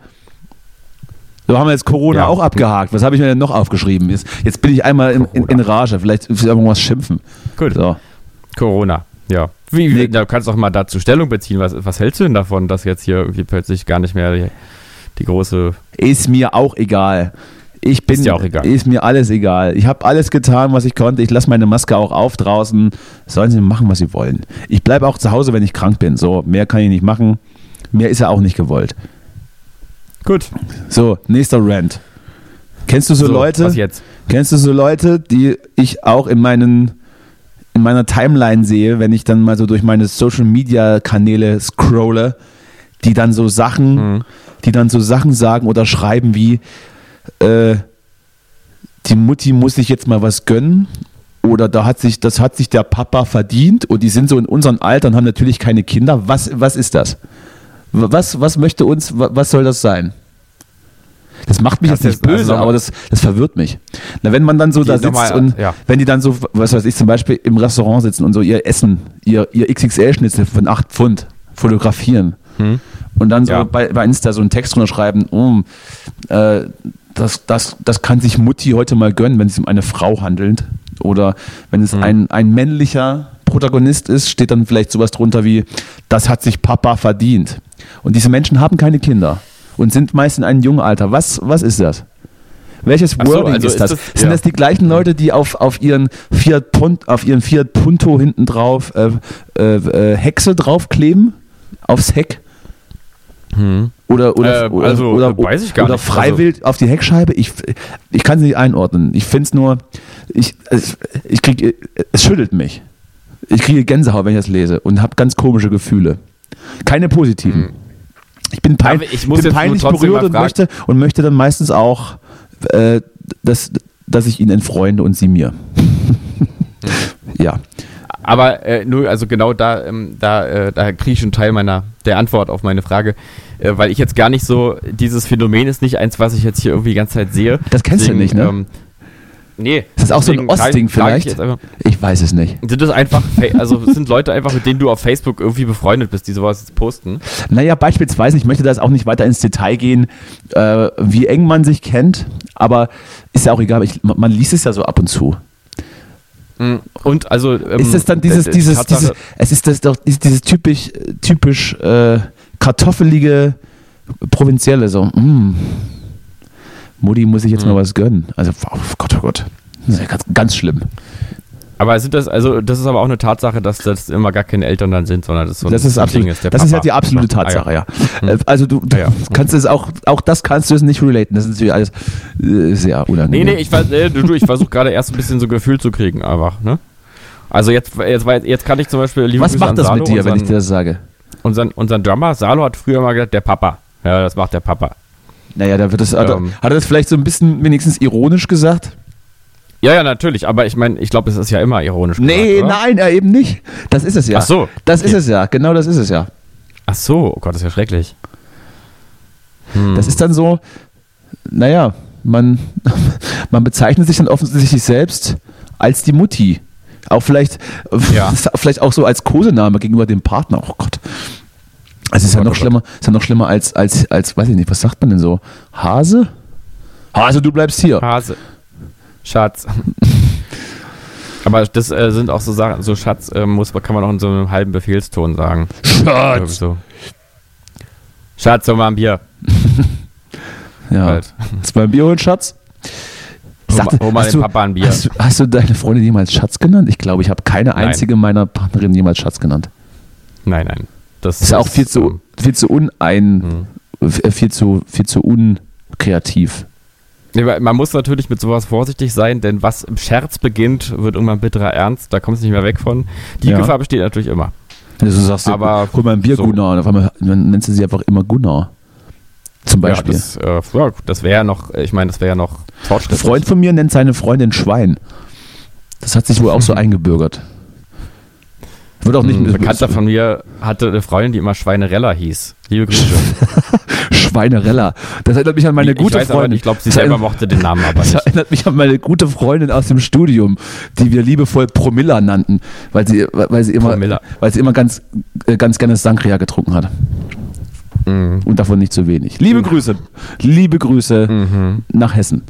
So haben wir jetzt Corona Ja. auch abgehakt. Was habe ich mir denn noch aufgeschrieben? Jetzt, jetzt bin ich einmal in, in, in Rage. Vielleicht will ich einfach mal was schimpfen. Gut. So. Corona, ja. Wie, Nee. Da kannst du auch mal dazu Stellung beziehen. Was, was hältst du denn davon, dass jetzt hier irgendwie plötzlich gar nicht mehr die, die große... Ist mir auch egal. Ich bin, Ist dir auch egal. Ist mir alles egal. Ich habe alles getan, was ich konnte. Ich lasse meine Maske auch auf draußen. Sollen sie machen, was sie wollen. Ich bleibe auch zu Hause, wenn ich krank bin. So, mehr kann ich nicht machen. Mehr ist ja auch nicht gewollt. Gut. So, nächster Rant. Kennst du so, Leute? Was jetzt? Kennst du so Leute, die ich auch in meinen in meiner Timeline sehe, wenn ich dann mal so durch meine Social Media Kanäle scrolle, die dann so Sachen, Mhm. die dann so Sachen sagen oder schreiben wie äh, die Mutti muss sich jetzt mal was gönnen oder da hat sich, das hat sich der Papa verdient und die sind so in unserem Alter und haben natürlich keine Kinder. Was, was ist das? Was, was möchte uns, wa- was soll das sein? Das macht mich Kannst jetzt nicht jetzt- also böse, nochmal- aber das, das verwirrt mich. Na, wenn man dann so Die da sitzt nochmal, und ja. wenn die dann so, was weiß ich, zum Beispiel im Restaurant sitzen und so ihr Essen, ihr, ihr X X L-Schnitzel von acht Pfund fotografieren Hm? und dann so Ja. bei, bei Insta so einen Text drunter schreiben, oh, äh, das, das, das kann sich Mutti heute mal gönnen, wenn es um eine Frau handelt. Oder wenn es Mhm. ein, ein männlicher Protagonist ist, steht dann vielleicht sowas drunter wie, das hat sich Papa verdient. Und diese Menschen haben keine Kinder und sind meist in einem jungen Alter. Was, was ist das? Welches Ach so, Wording also ist das? ist das- Sind ja. das die gleichen Leute, die auf, auf ihren Fiat Punto, auf ihren Fiat Punto hinten drauf äh, äh, äh, Hexe draufkleben? Aufs Heck? Hm. Oder, oder, Äh, oder, also, oder, weiß ich gar oder nicht. freiwillig auf die Heckscheibe? Ich, ich kann es nicht einordnen. Ich finde es nur, ich, es- ich krieg, es schüttelt mich. Ich kriege Gänsehaut, wenn ich das lese und habe ganz komische Gefühle. Keine positiven. Ich bin, pein, Aber ich muss bin jetzt nur peinlich trotzdem berührt mal und fragen- möchte, und möchte dann meistens auch, äh, dass, dass ich ihn entfreunde und sie mir. Ja. Aber äh, nur, also genau da, ähm, da, äh, da kriege ich schon einen Teil meiner, der Antwort auf meine Frage, äh, weil ich jetzt gar nicht so, dieses Phänomen ist nicht eins, was ich jetzt hier irgendwie die ganze Zeit sehe. Das kennst du nicht, ne? Ähm, nee. Ist das auch so ein deswegen frage Ostding ich- frage ich vielleicht? jetzt einfach, Ich weiß es nicht. Sind das einfach, Fa- also sind Leute einfach, mit denen du auf Facebook irgendwie befreundet bist, die sowas jetzt posten? Naja, beispielsweise, ich möchte da jetzt auch nicht weiter ins Detail gehen, äh, wie eng man sich kennt, aber ist ja auch egal, ich, man liest es ja so ab und zu. Und also ähm, Ist es dann dieses, äh, äh, dieses, Tatsache- dieses, es ist das doch ist dieses typisch, typisch äh, kartoffelige Provinzielle, so, mm, Mutti muss ich jetzt mal was gönnen. Also, oh Gott, oh Gott. Das ist ja ganz, ganz schlimm. Aber sind das, also das ist aber auch eine Tatsache, dass das immer gar keine Eltern dann sind, sondern das so ein, Das ist, so ein absolut, Ding ist. Der das ist ja Papa die absolute macht- Tatsache, ah, ja. Äh, Also du, du Ja, ja. kannst es auch, auch das kannst du es nicht relaten. Das ist natürlich alles äh, sehr Nee, unangenehm. nee, ich, vers- äh, du, du, ich versuche gerade erst ein bisschen so Gefühl zu kriegen, einfach, ne? Also jetzt, jetzt, war- jetzt kann ich zum Beispiel, liebe Was Grüße macht an das Salo, mit dir, wenn ich dir unseren, das sage? unseren, unseren Drummer, Salo hat früher mal gesagt, der Papa. Ja, das macht der Papa. Naja, da wird es, hat, er, Ähm. hat er das vielleicht so ein bisschen wenigstens ironisch gesagt? Ja, ja, natürlich, aber ich meine, ich glaube, es ist ja immer ironisch Nee, gesagt, oder? nein, er eben nicht. Das ist es ja. Ach so, Das okay. ist es ja, genau das ist es ja. Ach so, oh Gott, das ist ja schrecklich. Hm. Das ist dann so, naja, man, man bezeichnet sich dann offensichtlich selbst als die Mutti. Auch vielleicht, Ja. vielleicht auch so als Kosename gegenüber dem Partner. Oh Gott. Also ist ja Gott, noch oh schlimmer, ist ja noch schlimmer als, als, als, weiß ich nicht, was sagt man denn so? Hase? Hase, du bleibst hier. Hase. Schatz. Aber das äh, sind auch so Sachen, so Schatz äh, muss, kann man auch in so einem halben Befehlston sagen. Irgendwie Schatz! So. Schatz, hol mal ein Bier. Ja. Halt. Ist beim Bier holen, Schatz? Ich Hol, mal- hol mal hast dem du- Papa ein Bier. Hast du, hast du deine Freundin jemals Schatz genannt? Ich glaube, ich habe keine Nein. einzige meiner Partnerinnen jemals Schatz genannt. Nein, nein. Das Das ist ja auch viel zu, ähm, viel zu unein, äh, viel zu, viel zu unkreativ. nee, weil man muss natürlich mit sowas vorsichtig sein, denn was im Scherz beginnt, wird irgendwann bitterer Ernst. Da kommst du nicht mehr weg von. Die Ja. Gefahr besteht natürlich immer. Also du sagst, Aber hol mal ein Bier, so. Gunnar. Und auf einmal dann nennst du sie einfach immer Gunnar. Zum Beispiel. Ja, das, äh, ja, das wäre ja noch, ich meine, das wäre ja noch Ein fortschrittlich. Freund von mir nennt seine Freundin Schwein. Das hat sich wohl auch so eingebürgert. Wird auch nicht Ein Bekannter von mir hatte eine Freundin, die immer Schweinerella hieß. Liebe Grüße. Schweinerella. Das erinnert mich an meine ich gute weiß aber Freundin. nicht, ich glaube, sie Das selber erinnert- mochte den Namen aber Das nicht. erinnert mich an meine gute Freundin aus dem Studium, die wir liebevoll Promilla nannten, weil sie, weil sie immer, Promilla. weil sie immer ganz, äh, ganz gerne Sangria getrunken hat. Mhm. Und davon nicht zu wenig. Liebe Grüße. Liebe Grüße Mhm. nach Hessen.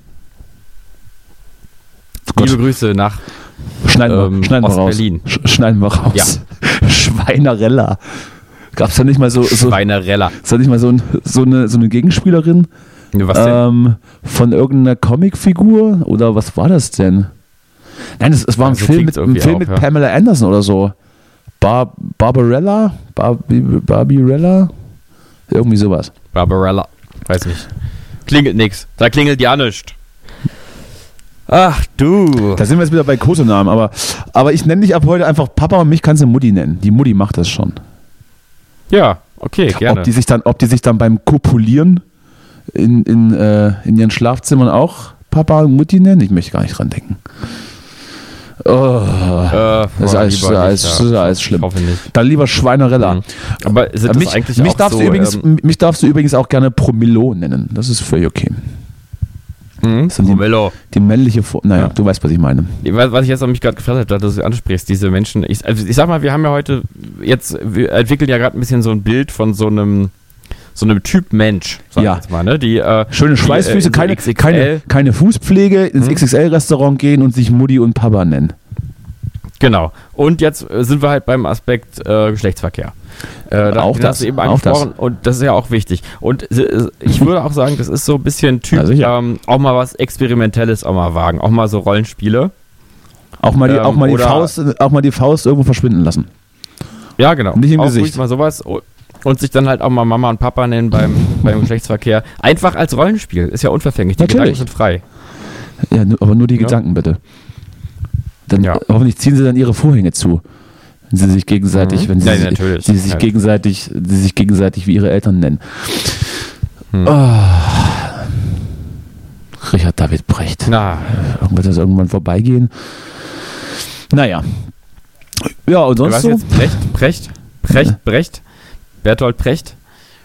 Gott. Liebe Grüße nach Schneiden wir, ähm, schneiden wir raus. Ostberlin. Sch schneiden wir raus. Ja. Schweinerella. Gab es da nicht mal so, so, Schweinerella. ist da nicht mal so, ein, so, eine, so eine Gegenspielerin Was denn? ähm, von irgendeiner Comicfigur? Oder was war das denn? Nein, es, es war ein Ja, so Film, klingt's mit, ein irgendwie Film auch, mit ja. Pamela Anderson oder so. Bar Barbarella? Barbie Barbierella? Irgendwie sowas. Barbarella. Weiß nicht. Klingelt nix. Da klingelt ja nichts. Ach du. Da sind wir jetzt wieder bei Kosenamen, aber, aber ich nenne dich ab heute einfach Papa und mich kannst du Mutti nennen. Die Mutti macht das schon. Ja, okay, gerne. Ob die sich dann, ob die sich dann beim Kopulieren in, in, äh, in ihren Schlafzimmern auch Papa und Mutti nennen? Ich möchte gar nicht dran denken. Oh, äh, das ist boah, alles, lieber alles, nicht, das ist ja. alles schlimm. Ich hoffe nicht. Dann lieber Schweinerella. Mhm. Aber sind das mich, eigentlich mich, auch darfst so, du übrigens, ähm, mich darfst du übrigens auch gerne Promillo nennen. Das ist völlig okay. hm? Das sind die, Promillo. die männliche Form. Naja, Ja. du weißt, was ich meine. Was was ich jetzt an mich gerade gefragt habe, dass du es ansprichst, diese Menschen. Ich, also ich sag mal, wir haben ja heute, jetzt, wir entwickeln ja gerade ein bisschen so ein Bild von so einem, so einem Typ Mensch, sag Ja. ich jetzt mal, ne? Die, äh, Schöne die, Schweißfüße, äh, in so keine, X X L. keine, keine Fußpflege, ins Hm? X X L-Restaurant gehen und sich Mutti und Papa nennen. Genau. Und jetzt äh, sind wir halt beim Aspekt äh, Geschlechtsverkehr. Äh, auch das, hast du eben auch angesprochen das. und das ist ja auch wichtig. Und äh, ich würde auch sagen, das ist so ein bisschen Typ, Ja, ähm, auch mal was Experimentelles auch mal wagen, auch mal so Rollenspiele. Auch mal die, Ähm, auch mal die oder- Faust, auch mal die Faust irgendwo verschwinden lassen. Ja, genau. Nicht im auch Gesicht. ruhig mal sowas und sich dann halt auch mal Mama und Papa nennen beim, beim Geschlechtsverkehr. Einfach als Rollenspiel. Ist ja unverfänglich. Die Natürlich. Gedanken sind frei. Ja, nu- aber nur die Ja. Gedanken bitte. Dann Ja. äh, hoffentlich ziehen sie dann ihre Vorhänge zu. Wenn sie sich gegenseitig, Mhm. wenn sie, Ja, sich, natürlich. sie sich Ja. gegenseitig, sie sich gegenseitig wie ihre Eltern nennen. Hm. Oh. Richard David Brecht. Na, Wird das irgendwann vorbeigehen? Naja. Ja, und sonst was so? jetzt? Brecht? Brecht? Brecht? Brecht? Bertolt Brecht?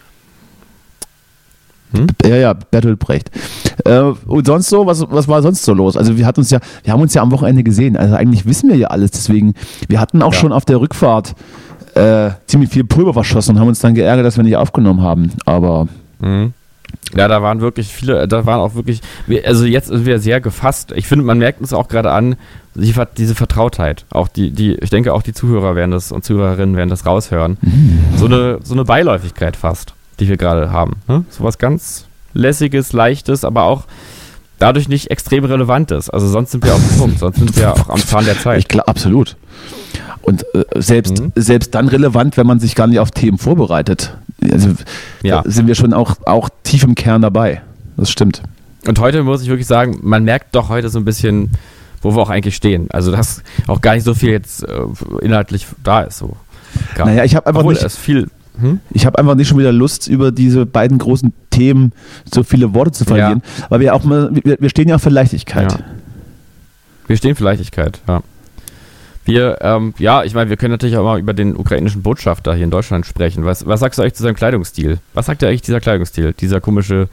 Hm? Ja, ja, Bertolt Brecht. Äh, und sonst so, was, was war sonst so los? Also wir hatten uns ja, wir haben uns ja am Wochenende gesehen. Also eigentlich wissen wir ja alles. Deswegen, wir hatten auch Ja. schon auf der Rückfahrt äh, ziemlich viel Pulver verschossen und haben uns dann geärgert, dass wir nicht aufgenommen haben. Aber Mhm. Ja, da waren wirklich viele, da waren auch wirklich, wir- also jetzt sind wir sehr gefasst. Ich finde, man merkt uns auch gerade an, die, Ver- diese Vertrautheit. Auch die, die, ich denke auch die Zuhörer werden das und Zuhörerinnen werden das raushören. So eine, so eine Beiläufigkeit fast, die wir gerade haben. Ne? So was ganz Lässiges, Leichtes, aber auch dadurch nicht extrem Relevantes. Also sonst sind wir auf dem Punkt, sonst sind wir auch am Zahn der Zeit. ich glaube, absolut. Und äh, selbst, Mhm. selbst dann relevant, wenn man sich gar nicht auf Themen vorbereitet. Also Ja. da sind wir schon auch, auch tief im Kern dabei. Das stimmt. Und heute muss ich wirklich sagen, man merkt doch heute so ein bisschen, wo wir auch eigentlich stehen. Also dass auch gar nicht so viel jetzt äh, inhaltlich da ist. So. Gar Naja, ich habe einfach Obwohl, nicht, es ist viel. Hm? ich habe einfach nicht schon wieder Lust, über diese beiden großen Themen so viele Worte zu verlieren. Weil wir auch mal, wir, wir stehen ja für Leichtigkeit. Ja. Wir stehen für Leichtigkeit, ja. Wir, ähm, ja, ich meine, wir können natürlich auch mal über den ukrainischen Botschafter hier in Deutschland sprechen. Was, was sagst du eigentlich zu seinem Kleidungsstil? Was sagt dir eigentlich dieser Kleidungsstil? Dieser komische,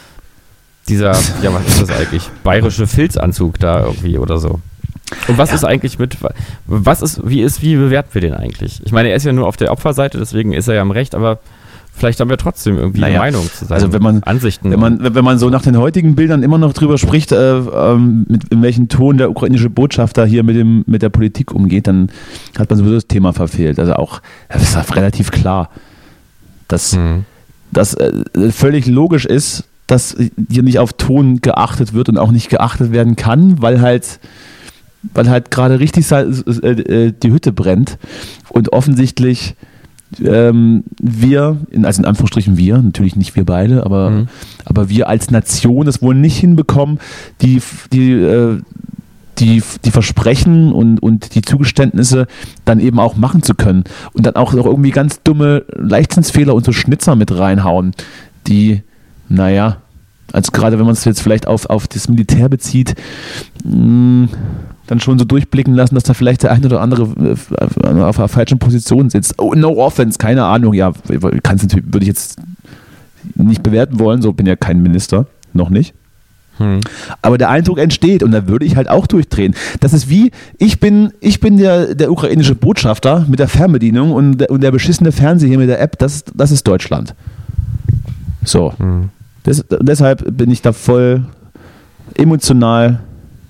dieser, ja, was ist das eigentlich? Bayerische Filzanzug da irgendwie oder so. Und was ist eigentlich mit, was ist, wie ist, wie bewerten wir den eigentlich? Ich meine, er ist ja nur auf der Opferseite, deswegen ist er ja im Recht, aber vielleicht haben wir trotzdem irgendwie Naja, eine Meinung zu seinen also wenn man- Ansichten. Wenn man, wenn man so nach den heutigen Bildern immer noch drüber spricht, äh, ähm, mit in welchem Ton der ukrainische Botschafter hier mit, dem, mit der Politik umgeht, dann hat man sowieso das Thema verfehlt. Also auch, das ist auch relativ klar, dass Hm. das äh, völlig logisch ist, dass hier nicht auf Ton geachtet wird und auch nicht geachtet werden kann, weil halt weil halt gerade richtig sa- äh, äh, die Hütte brennt und offensichtlich ähm, wir, in, also in Anführungsstrichen wir, natürlich nicht wir beide, aber, Mhm. aber wir als Nation es wohl nicht hinbekommen, die, die, äh, die, die Versprechen und, und die Zugeständnisse dann eben auch machen zu können und dann auch noch irgendwie ganz dumme Leichtsinnsfehler und so Schnitzer mit reinhauen, die, naja, also gerade wenn man es jetzt vielleicht auf, auf das Militär bezieht, mh, dann schon so durchblicken lassen, dass da vielleicht der eine oder andere äh, auf einer falschen Position sitzt. Oh, no offense, keine Ahnung, ja, kann's natürlich, würde ich jetzt nicht bewerten wollen, so bin ja kein Minister, noch nicht. Hm. Aber der Eindruck entsteht und da würde ich halt auch durchdrehen. Das ist wie, ich bin, ich bin der, der ukrainische Botschafter mit der Fernbedienung und der, und der beschissene Fernseher hier mit der App, das, das ist Deutschland. So. Hm. Das, deshalb bin ich da voll emotional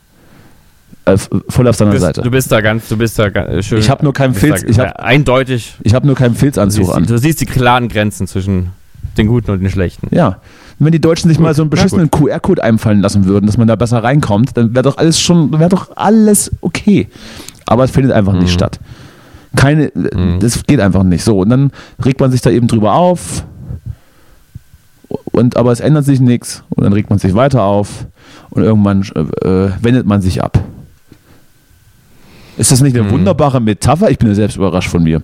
äh, voll auf seiner Du bist, Seite. du bist da ganz, du bist da ganz schön. Ich hab nur keinen du bist Filz- da ich hab- eindeutig. Ich habe nur keinen Du Filzanzug siehst, an. die, du siehst die klaren Grenzen zwischen den Guten und den Schlechten. Ja. Und wenn die Deutschen sich Gut, mal so einen na beschissenen Q R-Code einfallen lassen würden, dass man da besser reinkommt, dann wäre doch alles schon, wäre doch alles okay. Aber es findet einfach nicht Mhm. statt. Keine, das geht einfach nicht. So, und dann regt man sich da eben drüber auf. Und aber es ändert sich nichts. Und dann regt man sich weiter auf. Und irgendwann äh, wendet man sich ab. Ist das nicht eine Mhm. wunderbare Metapher? Ich bin ja selbst überrascht von mir.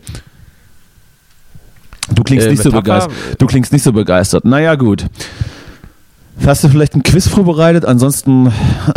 Du klingst Äh, nicht so Metapher? begeistert. Du klingst nicht so begeistert. Naja, gut. Hast du vielleicht ein Quiz vorbereitet? Ansonsten.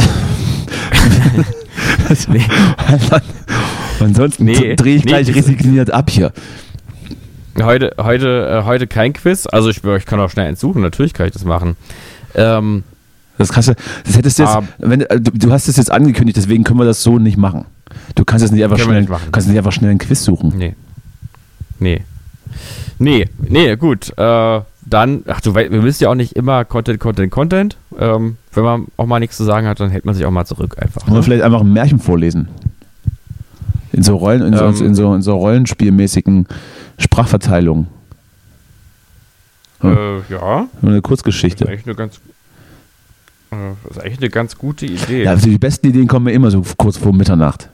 Nee. Ansonsten Nee, drehe ich nee, gleich das- resigniert ab hier. Heute, heute, äh, heute kein Quiz. Also ich, ich kann auch schnell eins suchen. Natürlich kann ich das machen. Ähm, Das, kannst du, das hättest du jetzt, Ah. wenn, äh, du, du hast es jetzt angekündigt, deswegen können wir das so nicht machen. Du kannst jetzt nicht einfach, Können wir schnell, nicht machen. kannst nicht einfach schnell ein Quiz suchen. nee. Nee. Nee, nee, gut. Äh, dann, ach du, wei- wir müssen ja auch nicht immer Content, Content, Content. Ähm, wenn man auch mal nichts zu sagen hat, dann hält man sich auch mal zurück einfach. Wollen wir Ne? vielleicht einfach ein Märchen vorlesen? In so Rollen, in, Ähm. so, in, so, in so rollenspielmäßigen Sprachverteilungen. Hm. Äh, ja. Nur eine Das ist Kurzgeschichte. eigentlich eine ganz, äh, das ist eigentlich eine ganz gute Idee. Ja, also die besten Ideen kommen mir immer so kurz vor Mitternacht.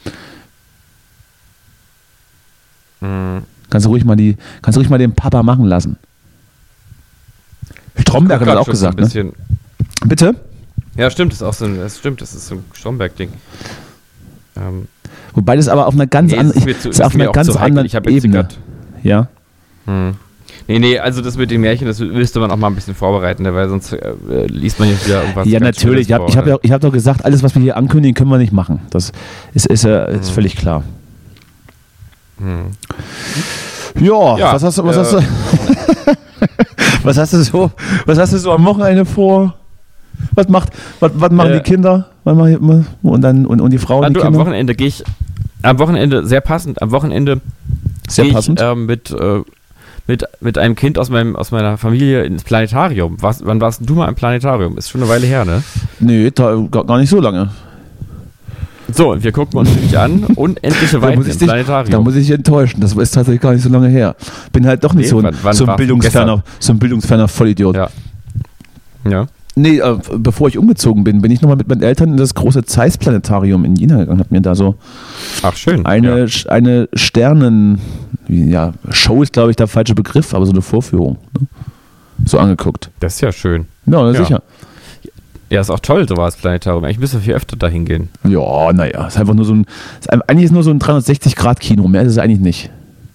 Hm. Kannst du ruhig mal die, kannst du ruhig mal den Papa machen lassen. Stromberg hat das Guck grad auch schon gesagt, so ein bisschen. ne? Bitte? Ja, stimmt, das ist auch so ein, das stimmt, das ist so ein Stromberg-Ding. Ähm, Wobei das aber auf einer ganz nee, anderen, es ist mir zu- ist ist auf mir einer auch ganz zu heikel. anderen Ich hab jetzt Ebene. grad- Ja. hm. Nee, nee, also das mit den Märchen, das müsste man auch mal ein bisschen vorbereiten, ne, weil sonst äh, liest man jetzt wieder irgendwas. Ja, ganz natürlich. Ich Schönes habe ich vor, hab, ja- ich hab doch gesagt, alles, was wir hier ankündigen, können wir nicht machen. Das ist, ist, äh, ist Mhm. völlig klar. Hm. Ja, Ja, was hast du, was äh, hast du, was hast du so, was hast du so am Wochenende vor? Was macht, was, was machen Äh, die Kinder? Was machen die, und dann und, und die Frauen, Ah, die du, am Kinder? Wochenende gehe ich, am Wochenende, sehr passend, am Wochenende Sehr gehe ich passend. äh, mit, äh, mit, mit einem Kind aus, meinem, aus meiner Familie ins Planetarium. Was, wann warst du mal im Planetarium? Ist schon eine Weile her, ne? Nee, da, gar, gar nicht so lange. So, und wir gucken uns nämlich an, unendliche Da Weiten muss, ich im dich, Planetarium. da muss ich dich enttäuschen. Das ist tatsächlich gar nicht so lange her. Bin halt doch nicht Nee, so ein, wann- wann so ein warst du bildungsferner, so ein bildungsferner Vollidiot. Ja. Ja. Nee, äh, bevor ich umgezogen bin, bin ich nochmal mit meinen Eltern in das große Zeiss-Planetarium in Jena gegangen. Hab mir da so Ach, schön. eine, ja. Sch- eine Sternen, wie- ja, Show ist glaube ich der falsche Begriff, aber so eine Vorführung. Ne? So angeguckt. Das ist ja schön. Ja, na, Ja. sicher. Ja, ist auch toll, so war das Planetarium. Eigentlich müssen wir viel öfter dahin gehen. Ja, naja, ist einfach nur so ein, ist, ein- eigentlich ist nur so ein dreihundertsechzig Grad Kino, mehr ist es eigentlich nicht.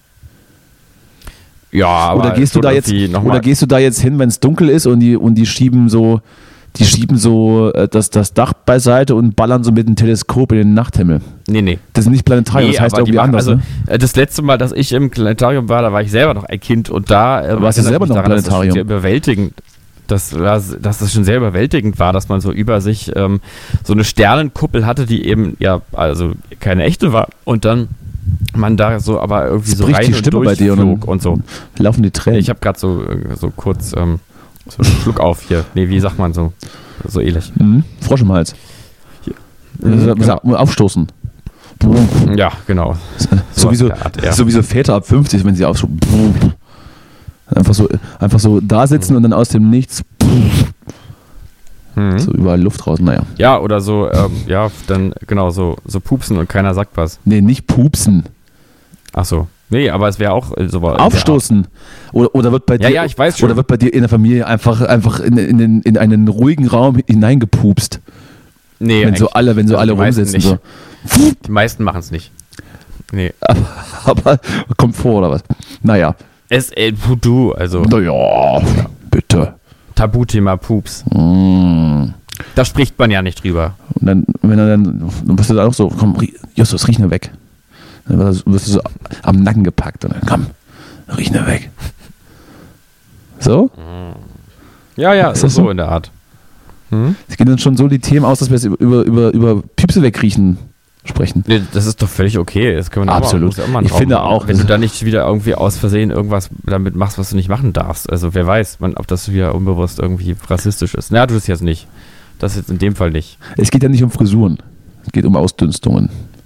Ja, aber Oder gehst du schon da jetzt, irgendwie noch mal- oder gehst du da jetzt hin, wenn es dunkel ist und die, und die schieben so, die schieben so äh, das, das Dach beiseite und ballern so mit dem Teleskop in den Nachthimmel. Nee, nee. Das ist nicht Planetarium, Nee, das heißt aber die irgendwie machen- anders. also, ne? äh, das letzte Mal, dass ich im Planetarium war, da war ich selber noch ein Kind und da äh, warst du erinnere ich selber mich noch im daran, dass das schon Planetarium? sehr überwältigend, dass, dass, dass das schon sehr überwältigend war, dass man so über sich ähm, so eine Sternenkuppel hatte, die eben ja also keine echte war und dann man da so aber irgendwie Jetzt so bricht rein die und Stimme bei dir und durchflog dann und so. Laufen die Tränen. Ich habe gerade so äh, so kurz ähm, so einen Schluck auf hier. Nee, wie sagt man so? So ähnlich. mhm. Frosch im Hals. Mhm, Mhm, Sag, Aufstoßen. Ja, genau. Sowieso, der Art, ja. sowieso Väter ab fünfzig, wenn sie aufstoßen. Einfach so, einfach so da sitzen und dann aus dem Nichts Mhm. so überall Luft raus. Naja. Ja, oder so, ähm, ja, dann genau, so, so pupsen und keiner sagt was. Nee, nicht pupsen. Ach so. Nee, aber es wäre auch äh, so. Aufstoßen. Oder, oder wird bei Ja, dir, ja, ich weiß schon. Oder wird bei dir in der Familie einfach, einfach in, in, den- in einen ruhigen Raum hineingepupst. Nee, wenn so eigentlich- alle, wenn so also alle die meisten rumsitzen. nicht. So. Die meisten machen es nicht. Nee. Aber kommt vor, oder was? Naja. Es, äh, puh, du, also Naja, bitte. Tabuthema Pups. Mm. Da spricht man ja nicht drüber. Und dann, wenn er dann, dann bist du da auch so, komm, rie- Justus, riech nur weg. Dann wirst du wirst du so am Nacken gepackt und dann, komm, riech nur weg. So? Ja, ja, Ist das so so? in der Art. Hm? Es gehen dann schon so die Themen aus, dass wir jetzt über, über, über Piepse wegriechen sprechen. Nee, das ist doch völlig okay. Das können wir Absolut. Auch, muss ja auch mal einen Ich Raum finde haben. auch, Wenn das- du da nicht wieder irgendwie aus Versehen irgendwas damit machst, was du nicht machen darfst. Also wer weiß, man, ob das wieder unbewusst irgendwie rassistisch ist. Na, du das jetzt nicht. Das jetzt in dem Fall nicht. Es geht ja nicht um Frisuren. Es geht um Ausdünstungen.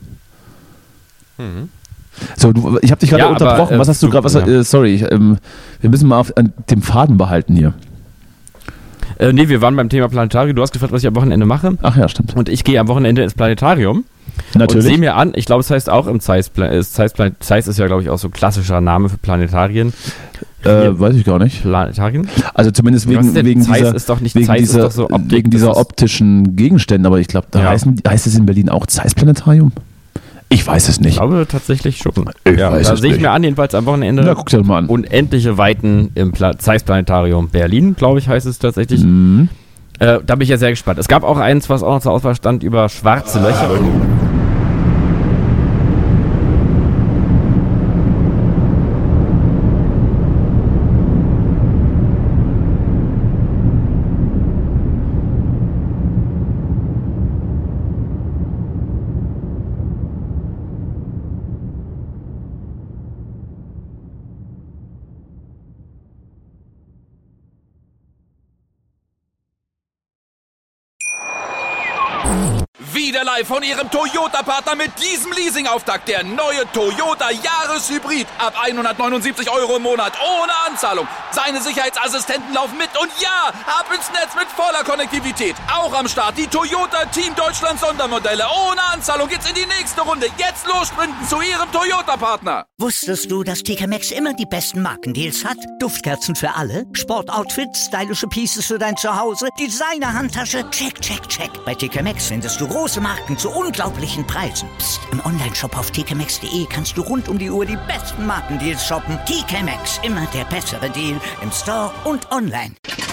Mhm. So, du, ich habe dich gerade Ja, aber, unterbrochen. äh, was hast du du- gerade? was- ja. Äh, sorry, ich, ähm, wir müssen mal auf an dem Faden behalten hier. Äh, nee, wir waren beim Thema Planetarium. Du hast gefragt, was ich am Wochenende mache. Ach ja, stimmt. Und ich gehe am Wochenende ins Planetarium und Natürlich. sehe mir an, ich glaube, es heißt auch im Zeiss, Pla- äh, Zeiss, Plan- Zeiss ist ja, glaube ich, auch so ein klassischer Name für Planetarien. Äh, weiß ich gar nicht. Planetarien? Also zumindest Was wegen, denn? wegen Zeiss dieser, ist doch nicht- wegen Zeiss ist dieser, doch so Optik, wegen das dieser ist- optischen Gegenstände. Aber ich glaube, da Ja. heißen, heißt es in Berlin auch Zeiss-Planetarium? Ich weiß es Ich nicht. glaube tatsächlich schon. Ich ja, weiß da es sehe ich nicht. mir an, jedenfalls am Wochenende. Na, guck dir das mal an. Unendliche Weiten im Pla- Zeiss Planetarium Berlin, glaube ich, heißt es tatsächlich. Mhm. Äh, da bin ich ja sehr gespannt. Es gab auch eins, was auch noch zur Auswahl stand, über schwarze Löcher. wieder live von Ihrem Toyota-Partner mit diesem Leasing-Auftakt. Der neue Toyota Jahreshybrid. Ab hundertneunundsiebzig Euro im Monat. Ohne Anzahlung. Seine Sicherheitsassistenten laufen mit. Und ja, ab ins Netz mit voller Konnektivität. Auch am Start die Toyota Team Deutschland Sondermodelle. Ohne Anzahlung geht's in die nächste Runde. Jetzt los sprinten zu Ihrem Toyota-Partner. Wusstest du, dass T K Maxx immer die besten Markendeals hat? Duftkerzen für alle, Sportoutfits, stylische Pieces für dein Zuhause, Designer-Handtasche, check, check, check. Bei T K Maxx findest du große Marken zu unglaublichen Preisen. Psst. Im Onlineshop auf t k maxx punkt de kannst du rund um die Uhr die besten Markendeals shoppen. T K Maxx, immer der bessere Deal im Store und online.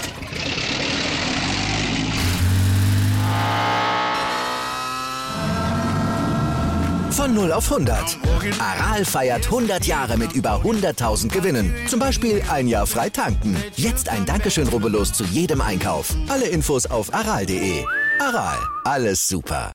Von null auf hundert. Aral feiert hundert Jahre mit über hunderttausend Gewinnen. Zum Beispiel ein Jahr frei tanken. Jetzt ein Dankeschön, rubbellos zu jedem Einkauf. Alle Infos auf aral punkt de. Aral, alles super.